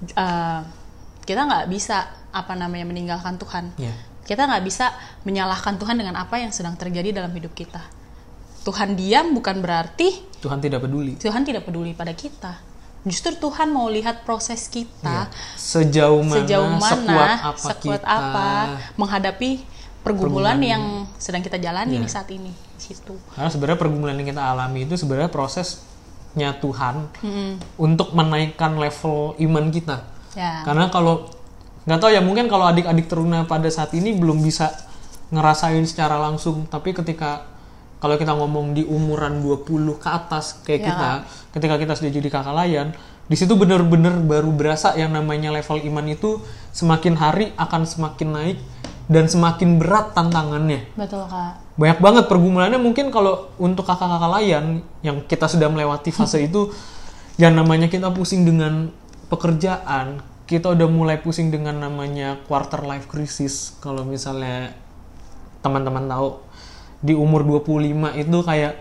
uh, kita nggak bisa apa namanya meninggalkan Tuhan. Yeah. Kita nggak bisa menyalahkan Tuhan dengan apa yang sedang terjadi dalam hidup kita. Tuhan diam bukan berarti Tuhan tidak peduli. Tuhan tidak peduli pada kita. Justru Tuhan mau lihat proses kita, ya. sejauh mana, sejauh mana, sekuat apa sekuat kita apa menghadapi pergumulan, pergumulan yang ini. sedang kita jalani ya. saat ini. Situ. Karena sebenarnya pergumulan yang kita alami itu sebenarnya prosesnya Tuhan hmm. untuk menaikkan level iman kita. Ya. Karena kalau nggak tahu ya, mungkin kalau adik-adik teruna pada saat ini belum bisa ngerasain secara langsung, tapi ketika kalau kita ngomong di umuran dua puluh ke atas kayak ya. kita, ketika kita sudah jadi kakak layan, di situ benar-benar baru berasa yang namanya level iman itu semakin hari akan semakin naik dan semakin berat tantangannya. Betul kak. Banyak banget pergumulannya. Mungkin kalau untuk kakak-kakak layan yang kita sudah melewati fase itu, yang namanya kita pusing dengan pekerjaan, kita udah mulai pusing dengan namanya quarter life crisis. Kalau misalnya teman-teman tahu, di umur dua puluh lima itu kayak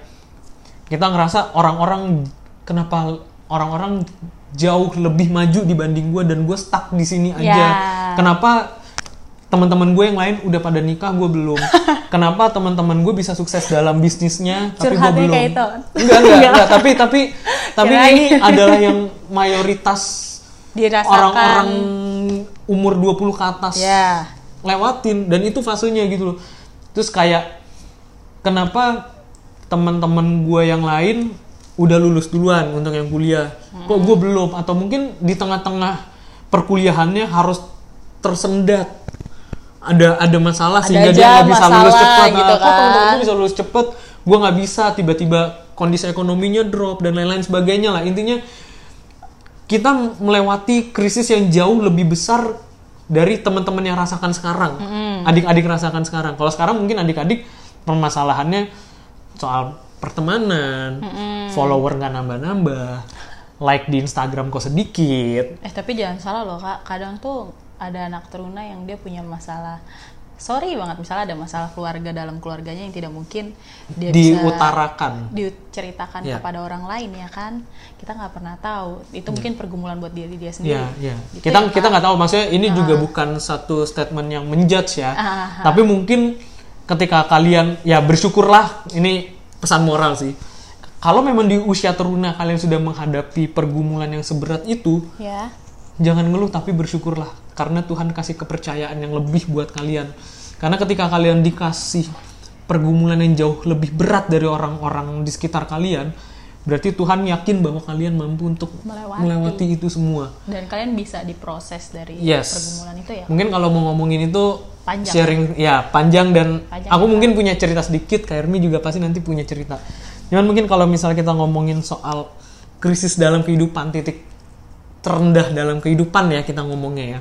kita ngerasa orang-orang, kenapa orang-orang jauh lebih maju dibanding gue dan gue stuck di sini aja. Yeah. Kenapa teman-teman gue yang lain udah pada nikah, gue belum. Kenapa teman-teman gue bisa sukses dalam bisnisnya tapi gue belum. Kayak itu. Enggak, enggak, enggak, tapi tapi tapi ini adalah yang mayoritas dirasakan orang-orang umur dua puluh ke atas yeah. lewatin, dan itu fasenya gitu loh. Terus kayak kenapa teman-teman gue yang lain udah lulus duluan untuk yang kuliah, kok gue belum? Atau mungkin di tengah-tengah perkuliahannya harus tersendat. Ada ada masalah Ada sehingga aja dia nggak bisa lulus masalah cepat. gitu Nah, kok kan. teman-teman bisa lulus cepet, gue nggak bisa. Tiba-tiba kondisi ekonominya drop dan lain-lain sebagainya lah. Intinya kita melewati krisis yang jauh lebih besar dari teman-teman yang rasakan sekarang. Mm-hmm. Adik-adik rasakan sekarang. Kalau sekarang mungkin adik-adik permasalahannya soal pertemanan, mm-hmm. follower nggak nambah-nambah, like di Instagram kok sedikit. Eh tapi jangan salah loh Kak, kadang tuh ada anak teruna yang dia punya masalah, sorry banget, misalnya ada masalah keluarga dalam keluarganya yang tidak mungkin dia Diutarakan. bisa diceritakan Ya. kepada orang lain ya kan, kita nggak pernah tahu itu mungkin pergumulan buat diri dia sendiri. Iya, iya. Gitu Kita ya, kita Kak. nggak tahu, maksudnya ini juga bukan satu statement yang menjudge ya. Ah, Tapi mungkin ketika kalian ya bersyukurlah, ini pesan moral sih. Kalau memang di usia teruna kalian sudah menghadapi pergumulan yang seberat itu, Ya. jangan ngeluh tapi bersyukurlah karena Tuhan kasih kepercayaan yang lebih buat kalian. Karena ketika kalian dikasih pergumulan yang jauh lebih berat dari orang-orang di sekitar kalian, berarti Tuhan yakin bahwa kalian mampu untuk Melewati. melewati itu semua. Dan kalian bisa diproses dari Yes. pergumulan itu ya. Mungkin kalau mau ngomongin itu Panjang. sharing ya panjang dan Panjang aku ya. mungkin punya cerita sedikit, Kak Hermi juga pasti nanti punya cerita. Cuman mungkin kalau misalnya kita ngomongin soal krisis dalam kehidupan, titik terendah dalam kehidupan ya kita ngomongnya ya.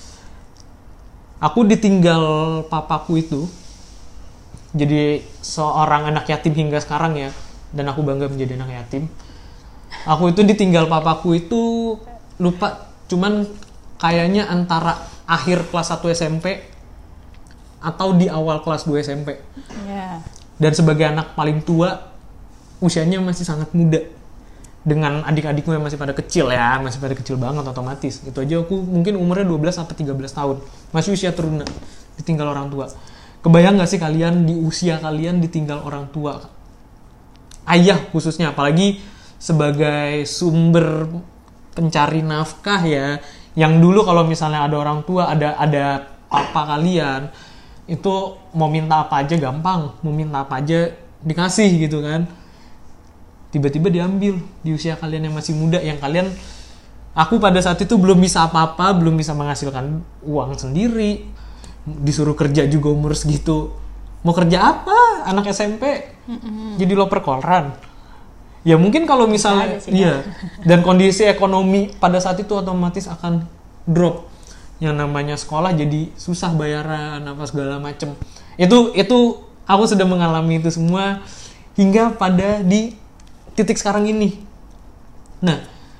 Aku ditinggal papaku itu jadi seorang anak yatim hingga sekarang ya, dan aku bangga menjadi anak yatim. Aku itu ditinggal papaku itu lupa, cuman kayaknya antara akhir kelas satu S M P atau di awal kelas dua S M P. Ya. Dan sebagai anak paling tua, usianya masih sangat muda. Dengan adik-adikku yang masih pada kecil ya, masih pada kecil banget otomatis. Itu aja aku mungkin umurnya dua belas sampai tiga belas tahun. Masih usia teruna, ditinggal orang tua. Kebayang gak sih kalian di usia kalian ditinggal orang tua? Ayah khususnya, apalagi sebagai sumber pencari nafkah ya. Yang dulu kalau misalnya ada orang tua, ada ada papa kalian, itu mau minta apa aja gampang, mau minta apa aja dikasih gitu kan. Tiba-tiba diambil di usia kalian yang masih muda, yang kalian, aku pada saat itu belum bisa apa-apa, belum bisa menghasilkan uang sendiri, disuruh kerja juga umur segitu. Mau kerja apa? Anak S M P Mm-mm. jadi loper koran. Ya mungkin kalau misalnya sih, iya, dan kondisi ekonomi pada saat itu otomatis akan drop. Yang namanya sekolah jadi susah bayaran apa segala macem. Itu itu aku sudah mengalami itu semua hingga pada di titik sekarang ini. Nah,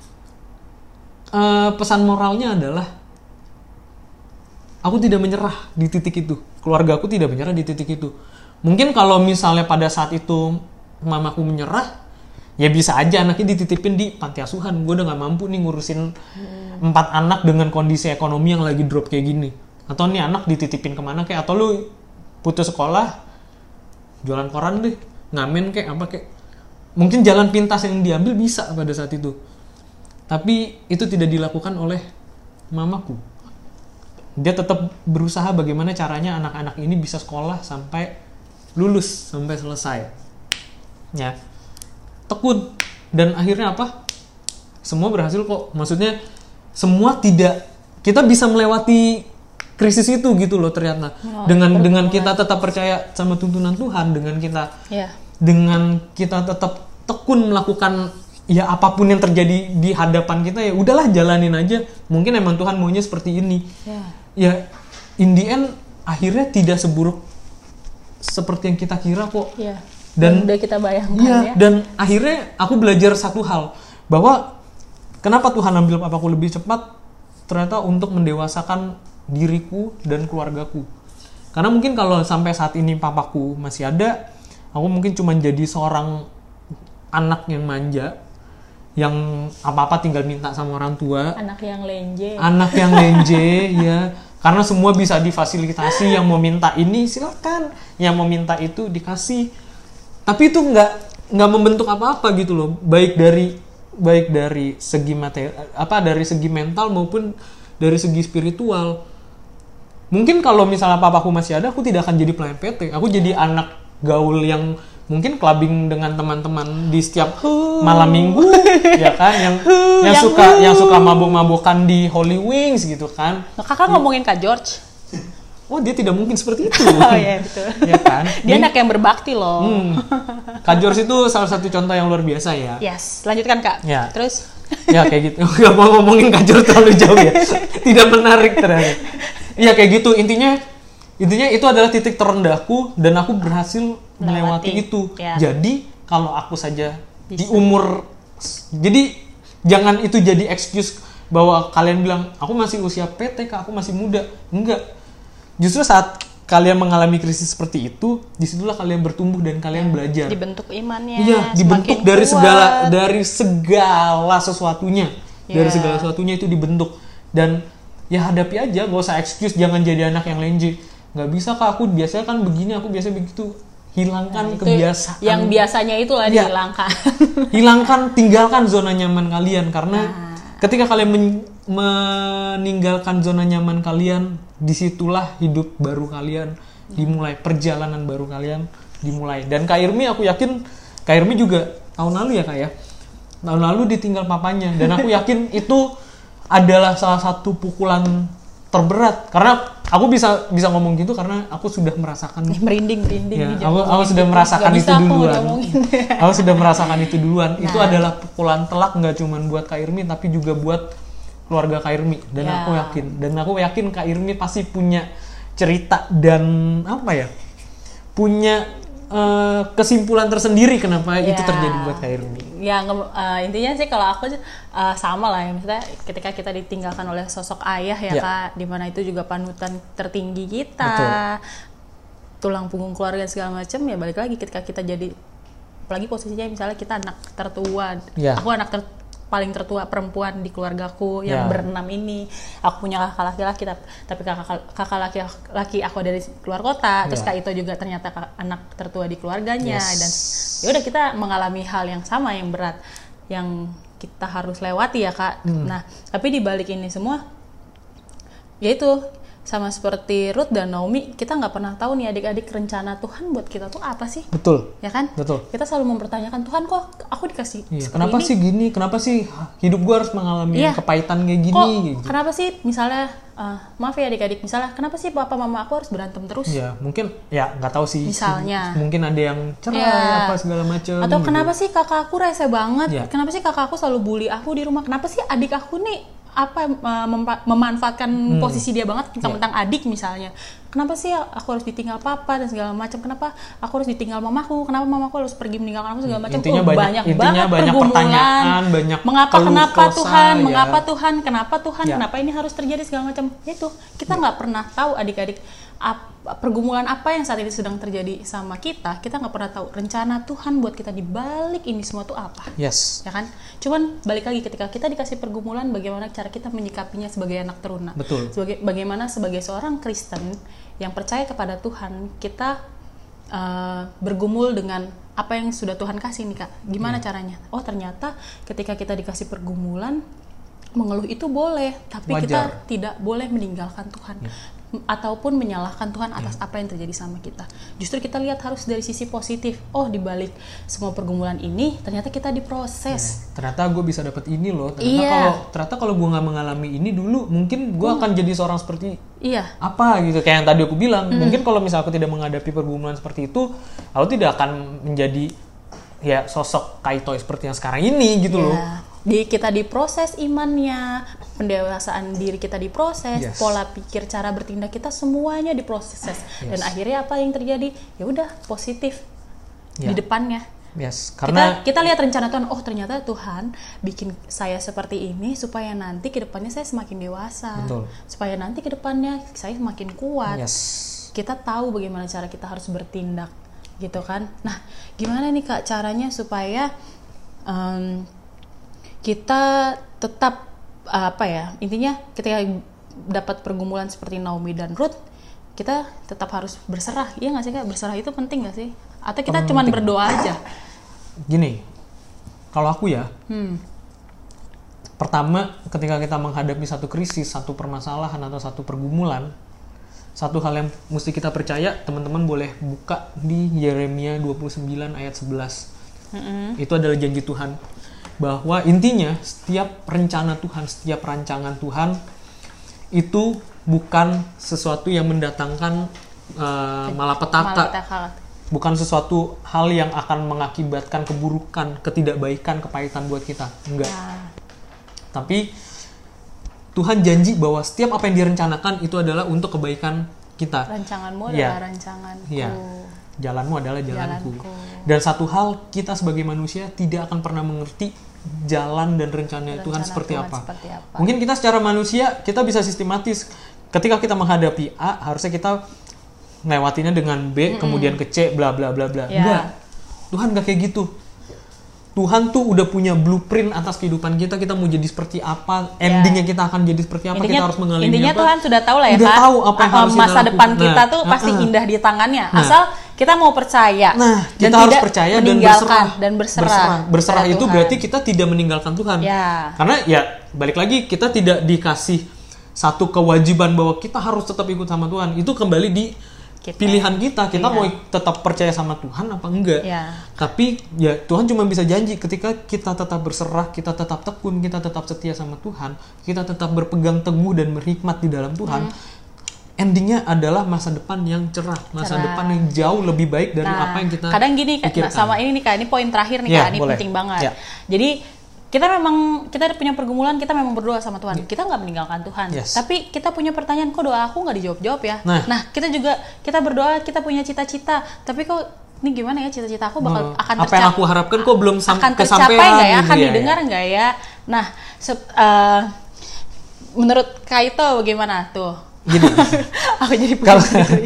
uh, pesan moralnya adalah aku tidak menyerah di titik itu. Keluarga aku tidak menyerah di titik itu. Mungkin kalau misalnya pada saat itu mamaku menyerah, ya bisa aja anaknya dititipin di panti asuhan. Gue udah gak mampu nih ngurusin hmm. empat anak dengan kondisi ekonomi yang lagi drop kayak gini. Atau nih anak dititipin kemana kayak, atau lu putus sekolah, jualan koran deh, ngamen kayak apa kayak. Mungkin jalan pintas yang diambil bisa pada saat itu. Tapi itu tidak dilakukan oleh mamaku. Dia tetap berusaha bagaimana caranya anak-anak ini bisa sekolah sampai lulus, sampai selesai. Ya. Tekun. Dan akhirnya apa? Semua berhasil kok. Maksudnya semua tidak, kita bisa melewati krisis itu gitu loh ternyata. Oh, dengan betul, dengan betul. kita tetap percaya sama tuntunan Tuhan, dengan kita Ya. dengan kita tetap tekun melakukan ya apapun yang terjadi di hadapan kita, ya udahlah jalanin aja. Mungkin emang Tuhan maunya seperti ini. Ya. Ya in the end akhirnya tidak seburuk seperti yang kita kira kok. Ya. Dan udah kita bayangkan iya, ya. dan akhirnya aku belajar satu hal, bahwa kenapa Tuhan ambil papaku lebih cepat, ternyata untuk mendewasakan diriku dan keluargaku. Karena mungkin kalau sampai saat ini papaku masih ada, aku mungkin cuma jadi seorang anak yang manja, yang apa-apa tinggal minta sama orang tua, Anak yang lenje. anak yang lenje ya, karena semua bisa difasilitasi. Yang mau minta ini silakan, yang mau minta itu dikasih. Tapi itu nggak nggak membentuk apa-apa gitu loh, baik dari baik dari segi materi, apa dari segi mental maupun dari segi spiritual. Mungkin kalau misalnya papaku masih ada, aku tidak akan jadi pelayan P T. Aku jadi anak gaul yang mungkin clubbing dengan teman-teman di setiap malam minggu, ya kan, yang yang, yang suka uh. yang suka mabuk-mabukan di Holy Wings gitu kan. Nah, kakak ngomongin Kak George. Oh, dia tidak mungkin seperti itu. Oh iya betul. Ya kan? Dia anak yang berbakti loh. Hmm. Kak George itu salah satu contoh yang luar biasa ya. Yes, lanjutkan Kak. Ya. Terus? Ya kayak gitu. Gak mau ngomongin Kak George terlalu jauh ya. Tidak menarik ternyata. Iya kayak gitu. Intinya intinya itu adalah titik terendahku dan aku berhasil melewati, melewati itu. Ya. Jadi kalau aku saja Bisa. di umur, jadi jangan itu jadi excuse bahwa kalian bilang aku masih usia P T Kak, aku masih muda. Enggak. Justru saat kalian mengalami krisis seperti itu, disitulah kalian bertumbuh dan kalian belajar. Dibentuk imannya. Iya, dibentuk dari kuat. segala dari segala sesuatunya, yeah. dari segala sesuatunya itu dibentuk. Dan ya hadapi aja, gak usah excuse, jangan jadi anak yang lenje. Gak bisa Kak, aku biasanya kan begini, aku biasa begitu. Hilangkan nah, kebiasaan. Yang biasanya itulah ya. dihilangkan. Hilangkan, tinggalkan zona nyaman kalian karena nah. ketika kalian men- meninggalkan zona nyaman kalian, disitulah hidup baru kalian dimulai, perjalanan baru kalian dimulai. Dan Kak Irmi, aku yakin Kak Irmi juga tahun lalu ya Kak ya, tahun lalu ditinggal papanya, dan aku yakin itu adalah salah satu pukulan terberat, karena aku bisa bisa ngomong gitu karena aku sudah merasakan merinding merinding ya, aku aku sudah merasakan itu duluan aku sudah merasakan itu duluan nah. Itu adalah pukulan telak, nggak cuma buat Kak Irmi tapi juga buat keluarga Kak Irmi. Dan ya. aku yakin dan aku yakin Kak Irmi pasti punya cerita dan apa ya, punya uh, kesimpulan tersendiri kenapa ya. itu terjadi buat Kak Irmi. Ya uh, intinya sih kalau aku uh, sama lah ya, misalnya ketika kita ditinggalkan oleh sosok ayah ya, ya. Kak, dimana itu juga panutan tertinggi kita. Betul. Tulang punggung keluarga segala macam, ya balik lagi ketika kita jadi, apalagi posisinya misalnya kita anak tertua, ya. aku anak ter, paling tertua perempuan di keluargaku yang ya. berenam ini, aku punya kakak laki-laki tapi kakak kakak laki-laki aku dari luar kota, ya. terus Kak Ito juga ternyata anak tertua di keluarganya, yes. dan ya udah kita mengalami hal yang sama yang berat yang kita harus lewati ya Kak. Hmm. Nah tapi di balik ini semua, yaitu sama seperti Ruth dan Naomi, kita nggak pernah tahu nih adik-adik rencana Tuhan buat kita tuh apa sih? Betul. Ya kan? Betul. Kita selalu mempertanyakan, Tuhan kok aku dikasih iya, kenapa ini? sih gini? Kenapa sih hidup gue harus mengalami iya. kepahitan kayak gini? Kok, gitu. Kenapa sih misalnya, uh, maaf ya adik-adik, misalnya kenapa sih papa mama aku harus berantem terus? Ya mungkin, ya nggak tahu sih. Misalnya. Mungkin ada yang cerai ya. apa segala macam. Atau gitu. Kenapa sih kakak aku rese banget? Ya. Kenapa sih kakak aku selalu bully aku di rumah? Kenapa sih adik aku nih apa mem- memanfaatkan hmm. posisi dia banget tentang yeah. adik misalnya, kenapa sih aku harus ditinggal papa dan segala macam, kenapa aku harus ditinggal mamaku, kenapa mamaku harus pergi meninggalkan aku segala macam. Intinya oh, banyak, banyak intinya banget banyak pertanyaan, banyak mengapa kenapa kosa, Tuhan ya. mengapa Tuhan kenapa Tuhan ya. kenapa ini harus terjadi segala macam. Itu kita nggak ya. pernah tahu adik-adik ap, pergumulan apa yang saat ini sedang terjadi sama kita. Kita nggak pernah tahu rencana Tuhan buat kita di balik ini semua tuh apa. Yes. Ya kan? Cuman balik lagi ketika kita dikasih pergumulan, bagaimana cara kita menyikapinya sebagai anak teruna. Betul. Sebagai bagaimana sebagai seorang Kristen yang percaya kepada Tuhan, kita uh, bergumul dengan apa yang sudah Tuhan kasih nih Kak. Gimana hmm. caranya? Oh ternyata ketika kita dikasih pergumulan, mengeluh itu boleh, tapi Wajar. kita tidak boleh meninggalkan Tuhan. Ya. Ataupun menyalahkan Tuhan atas ya. apa yang terjadi sama kita. Justru kita lihat harus dari sisi positif. Oh, di balik semua pergumulan ini ternyata kita diproses. Ya. Ternyata gue bisa dapat ini loh. Ternyata iya. kalau ternyata kalau gue nggak mengalami ini dulu, mungkin gue hmm. akan jadi seorang seperti iya. apa gitu. Kayak yang tadi aku bilang, hmm. mungkin kalau misalnya aku tidak menghadapi pergumulan seperti itu, aku tidak akan menjadi ya sosok Kaito seperti yang sekarang ini gitu ya. loh. Di kita diproses imannya, pendewasaan diri kita diproses, yes. pola pikir, cara bertindak kita semuanya diproses. Yes. Dan akhirnya apa yang terjadi? Ya udah positif yeah. di depannya. Yes. Karena kita, kita lihat rencana Tuhan. Oh ternyata Tuhan bikin saya seperti ini supaya nanti ke depannya saya semakin dewasa. Betul. Supaya nanti ke depannya saya semakin kuat. Yes. Kita tahu bagaimana cara kita harus bertindak, gitu kan? Nah, gimana nih Kak caranya supaya um, kita tetap apa ya, intinya ketika dapat pergumulan seperti Naomi dan Ruth, kita tetap harus berserah. Iya nggak sih Kak? Berserah itu penting nggak sih? Atau kita cuma berdoa aja? Gini, kalau aku ya, hmm. pertama ketika kita menghadapi satu krisis, satu permasalahan atau satu pergumulan, satu hal yang mesti kita percaya, teman-teman boleh buka di Yeremia dua puluh sembilan ayat sebelas. Mm-hmm. Itu adalah janji Tuhan. Bahwa intinya setiap rencana Tuhan, setiap rancangan Tuhan itu bukan sesuatu yang mendatangkan uh, malapetaka. malapetaka. Bukan sesuatu hal yang akan mengakibatkan keburukan, ketidakbaikan, kepahitan buat kita. Enggak. Ya. Tapi Tuhan janji bahwa setiap apa yang direncanakan itu adalah untuk kebaikan kita. Rancanganmu ya. adalah rancanganku. Ya. Jalanmu adalah jalanku. jalanku. Dan satu hal, kita sebagai manusia tidak akan pernah mengerti jalan dan rencana Rencana Tuhan seperti Tuhan apa. seperti apa. Mungkin kita secara manusia, kita bisa sistematis. Ketika kita menghadapi A, harusnya kita lewatinya dengan B, mm-mm. kemudian ke C, bla bla bla bla. Ya. Enggak. Tuhan enggak kayak gitu. Tuhan tuh udah punya blueprint atas kehidupan kita, kita mau jadi seperti apa, ya. endingnya kita akan jadi seperti apa, intinya, kita harus mengalami intinya apa. Tuhan sudah tahu lah ya, udah Kak. tahu apa yang harus masa kita depan lakukan. kita Nah, tuh uh, pasti uh. indah di tangannya, Nah. asal kita mau percaya. Nah, kita dan harus tidak percaya dan meninggalkan berserah. dan berserah. Berserah, berserah itu Tuhan. berarti kita tidak meninggalkan Tuhan. Ya. Karena ya balik lagi, kita tidak dikasih satu kewajiban bahwa kita harus tetap ikut sama Tuhan. Itu kembali di kita. Pilihan kita, kita iya. mau tetap percaya sama Tuhan apa enggak. Ya. Tapi ya Tuhan cuma bisa janji ketika kita tetap berserah, kita tetap tekun, kita tetap setia sama Tuhan, kita tetap berpegang teguh dan berhikmat di dalam Tuhan. Hmm. Endingnya adalah masa depan yang cerah, masa cerah. depan yang jauh lebih baik dari nah, apa yang kita kadang gini pikirkan. Nah, sama ini nih Kak, ini poin terakhir nih ya, Kak, ini boleh. penting banget. Ya. Jadi kita memang kita punya pergumulan, kita memang berdoa sama Tuhan. Kita nggak meninggalkan Tuhan. Yes. Tapi kita punya pertanyaan, kok doa aku nggak dijawab-jawab ya? Nah. nah, kita juga kita berdoa, kita punya cita-cita, tapi kok ini gimana ya cita-cita aku bakal hmm. akan tercapai? Apa yang aku harapkan kok belum sam- akan kesampaian tercapai nggak ya? gitu Akan ya, didengar nggak ya? Nah, se- uh, menurut Kak Ito bagaimana tuh? Gini. Aku jadi kalau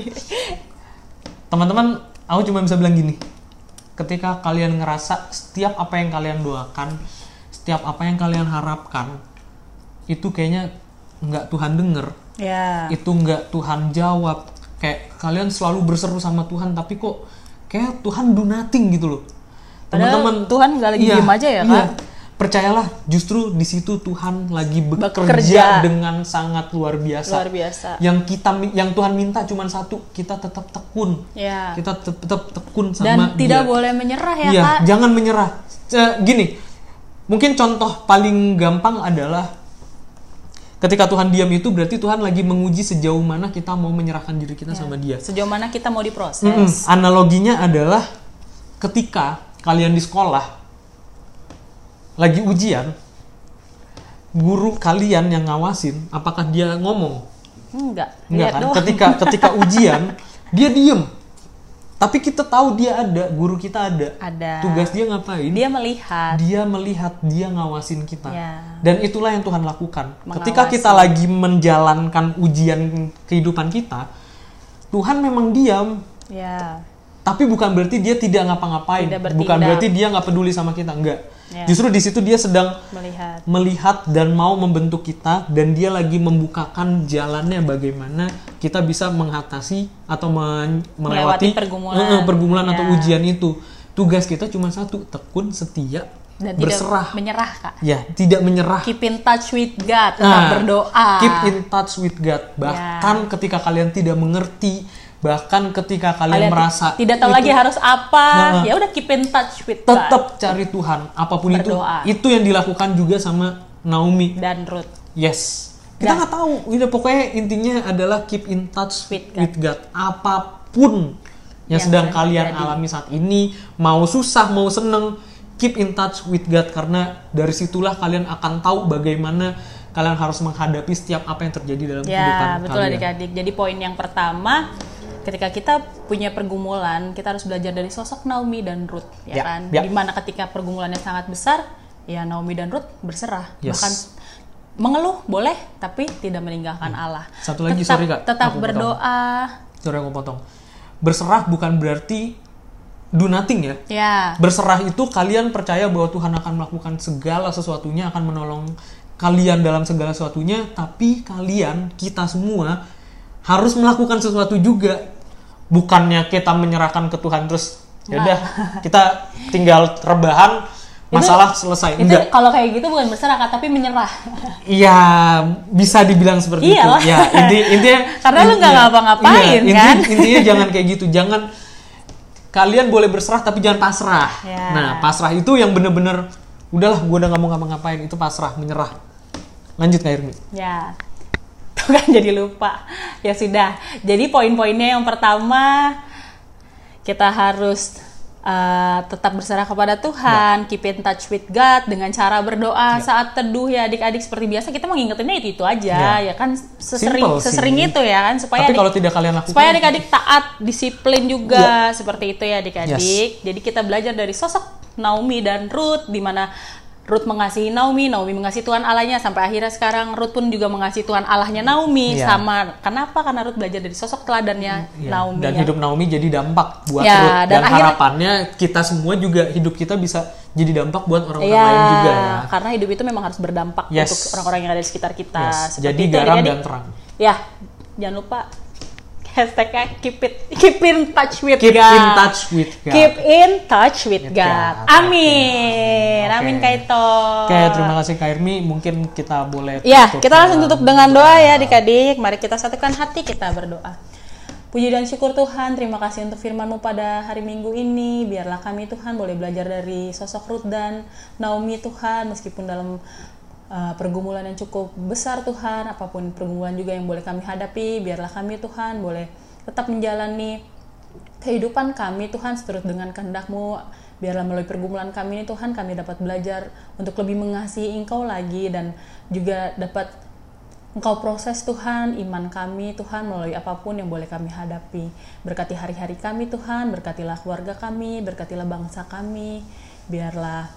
teman-teman, aku cuma bisa bilang gini. Ketika kalian ngerasa setiap apa yang kalian doakan, setiap apa yang kalian harapkan itu kayaknya nggak Tuhan denger, ya. itu nggak Tuhan jawab, kayak kalian selalu berseru sama Tuhan tapi kok kayak Tuhan do nothing gitu loh. Teman-teman, Tuhan nggak lagi iya, diem aja ya, Kak? Iya. Percayalah, justru di situ Tuhan lagi bekerja, bekerja dengan sangat luar biasa. Luar biasa. Yang kita, yang Tuhan minta cuma satu, kita tetap tekun. Ya. Kita tetap tekun sama Dan Dia. tidak boleh menyerah ya, iya, Kak. Jangan menyerah. Gini, mungkin contoh paling gampang adalah ketika Tuhan diam itu berarti Tuhan lagi menguji sejauh mana kita mau menyerahkan diri kita ya. sama Dia. Sejauh mana kita mau diproses. Mm-mm. Analoginya adalah ketika kalian di sekolah lagi ujian, guru kalian yang ngawasin, apakah dia ngomong? Enggak. Enggak kan? Doang. Ketika ketika ujian, dia diem. Tapi kita tahu dia ada, guru kita ada. Ada. Tugas dia ngapain? Dia melihat. Dia melihat, dia ngawasin kita. Ya. Dan itulah yang Tuhan lakukan. Mengawasi. Ketika kita lagi menjalankan ujian kehidupan kita, Tuhan memang diam. Ya. Tapi bukan berarti dia tidak ngapa-ngapain. Tidak bukan berarti dia nggak peduli sama kita, enggak. Ya. Justru di situ dia sedang melihat. melihat dan mau membentuk kita, dan dia lagi membukakan jalannya bagaimana kita bisa mengatasi atau men- melewati, melewati pergumulan, uh, pergumulan ya. atau ujian itu. Tugas kita cuma satu, tekun, setia, dan berserah. Tidak menyerah, Kak. Ya, tidak menyerah. Keep in touch with God, tetap nah, berdoa. Keep in touch with God. Bahkan ya. ketika kalian tidak mengerti, bahkan ketika kalian, kalian merasa tidak tahu itu, lagi harus apa, nah, ya udah keep in touch with God. Tetap cari Tuhan, apapun berdoa. itu. Itu yang dilakukan juga sama Naomi dan Ruth. Yes. Kita nggak tahu. Udah pokoknya intinya adalah keep in touch with God. With God. Apapun yang, yang sedang kalian jadi. alami saat ini, mau susah, mau seneng, keep in touch with God, karena dari situlah kalian akan tahu bagaimana kalian harus menghadapi setiap apa yang terjadi dalam ya, kehidupan betul kalian. adik-adik. Jadi poin yang pertama, ketika kita punya pergumulan, kita harus belajar dari sosok Naomi dan Ruth, ya, ya kan? Ya. Dimana ketika pergumulannya sangat besar, ya Naomi dan Ruth berserah, yes. bahkan mengeluh boleh, tapi tidak meninggalkan hmm. Allah. Satu lagi, tetap, sorry Kak, tetap aku berdoa. Potong. Sorry aku potong. Berserah bukan berarti do nothing ya. Ya. Berserah itu kalian percaya bahwa Tuhan akan melakukan segala sesuatunya, akan menolong kalian dalam segala sesuatunya, tapi kalian, kita semua harus melakukan sesuatu juga. Bukannya kita menyerahkan ke Tuhan terus ya udah kita tinggal rebahan, masalah selesai. Itu Enggak. kalau kayak gitu bukan berserah Kak, tapi menyerah. Iya, bisa dibilang seperti Iyalah. itu. Ya, inti intinya Karena lu nggak iya. ngapa-ngapain, Iya, kan? inti- intinya jangan kayak gitu. Jangan, kalian boleh berserah tapi jangan pasrah. Ya. Nah, pasrah itu yang bener-bener udahlah, gue udah nggak mau ngapa-ngapain, itu pasrah, menyerah. Lanjut Kak Irmi. Ya, tuh kan jadi lupa. Ya sudah. Jadi poin-poinnya yang pertama, kita harus uh, tetap berserah kepada Tuhan, keep in touch with God dengan cara berdoa saat teduh ya adik-adik. Seperti biasa kita mengingetinnya itu itu aja Ya. ya kan, sesering Simple sih. sesering itu ya kan, supaya Tapi adik- kalau tidak kalian lakukan, supaya adik-adik taat, disiplin juga seperti itu ya adik-adik. Jadi kita belajar dari sosok Naomi dan Ruth, di mana Ruth mengasihi Naomi, Naomi mengasihi Tuhan Allahnya, sampai akhirnya sekarang Ruth pun juga mengasihi Tuhan Allahnya Naomi. Iya. Sama kenapa? Karena Ruth belajar dari sosok teladannya Ya, Naomi. dan ya. hidup Naomi jadi dampak buat Ya, Ruth, dan dan, akhirnya- harapannya kita semua juga hidup kita bisa jadi dampak buat orang-orang Iya, lain juga ya. karena hidup itu memang harus berdampak Yes. untuk orang-orang yang ada di sekitar kita. Yes. Seperti Jadi itu, garam adik-adik. dan terang. Ya, jangan lupa hashtagnya keep it, keep in touch with Keep God. in touch with God. Keep in touch with With God. God. Amin. Oke. Amin Kaito. Oke, terima kasih Kak Irmi. Mungkin kita boleh Ya, tutup kita langsung dalam tutup dengan doa ya adik-adik. Mari kita satukan hati, kita berdoa. Puji dan syukur Tuhan, terima kasih untuk firman-Mu pada hari Minggu ini. Biarlah kami Tuhan boleh belajar dari sosok Ruth dan Naomi Tuhan, meskipun dalam uh, pergumulan yang cukup besar Tuhan, apapun pergumulan juga yang boleh kami hadapi, biarlah kami Tuhan boleh tetap menjalani kehidupan kami Tuhan seturut dengan kehendak-Mu. Biarlah melalui pergumulan kami ini Tuhan, kami dapat belajar untuk lebih mengasihi Engkau lagi, dan juga dapat Engkau proses Tuhan iman kami Tuhan melalui apapun yang boleh kami hadapi. Berkati hari-hari kami Tuhan, berkatilah keluarga kami, berkatilah bangsa kami. Biarlah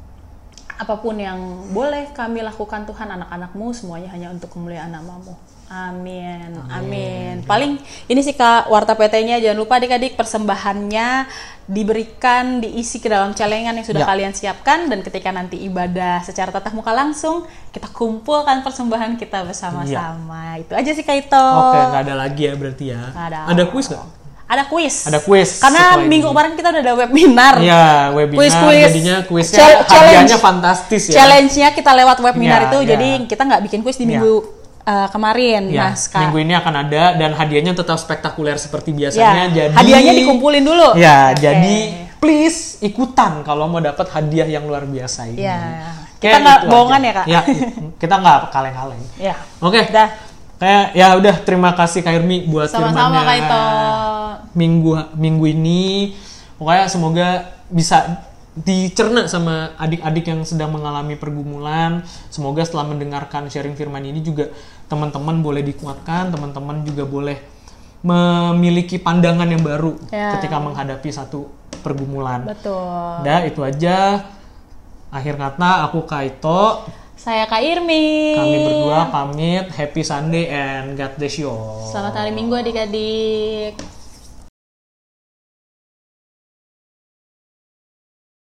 apapun yang boleh kami lakukan Tuhan, anak-anak-Mu semuanya hanya untuk kemuliaan nama-Mu. Amin. Amin. Paling ini sih Kak Warta P T-nya, jangan lupa adik-adik persembahannya diberikan, diisi ke dalam celengan yang sudah Ya. kalian siapkan, dan ketika nanti ibadah secara tatap muka langsung, kita kumpulkan persembahan kita bersama-sama. Itu aja sih Kak Ito. Oke, nggak ada lagi ya berarti ya. Nggak ada. Ada kuis nggak? Ada kuis. Ada kuis Karena setelah minggu ini. kemarin kita udah ada webinar. Iya, webinar. Kuis-kuis. Jadinya kuisnya Chal- hadiahnya challenge. fantastis ya. Challenge-nya kita lewat webinar Iya, itu, iya. jadi kita nggak bikin kuis di Iya. minggu uh, kemarin. Ya, Nah, Kak. minggu ini akan ada, dan hadiahnya tetap spektakuler seperti biasanya. Ya, Jadi hadiahnya dikumpulin dulu. Ya, Oke. jadi please ikutan kalau mau dapat hadiah yang luar biasa ini. Ya. Oke, Kita nggak itu bohongan aja. ya, Kak? Ya, kita nggak kaleng-kaleng. Ya. Oke. Udah. Kayak ya udah, terima kasih Kak Irmi buat Sama-sama firmannya Kak Ito. minggu minggu ini. Pokoknya semoga bisa dicerna sama adik-adik yang sedang mengalami pergumulan. Semoga setelah mendengarkan sharing firman ini juga teman-teman boleh dikuatkan, teman-teman juga boleh memiliki pandangan yang baru Ya. ketika menghadapi satu pergumulan. Betul. Udah, itu aja. Akhir kata, aku Kak Ito. Saya Kak Irmi. Kami berdua pamit. Happy Sunday and God bless you all. Selamat hari Minggu adik-adik.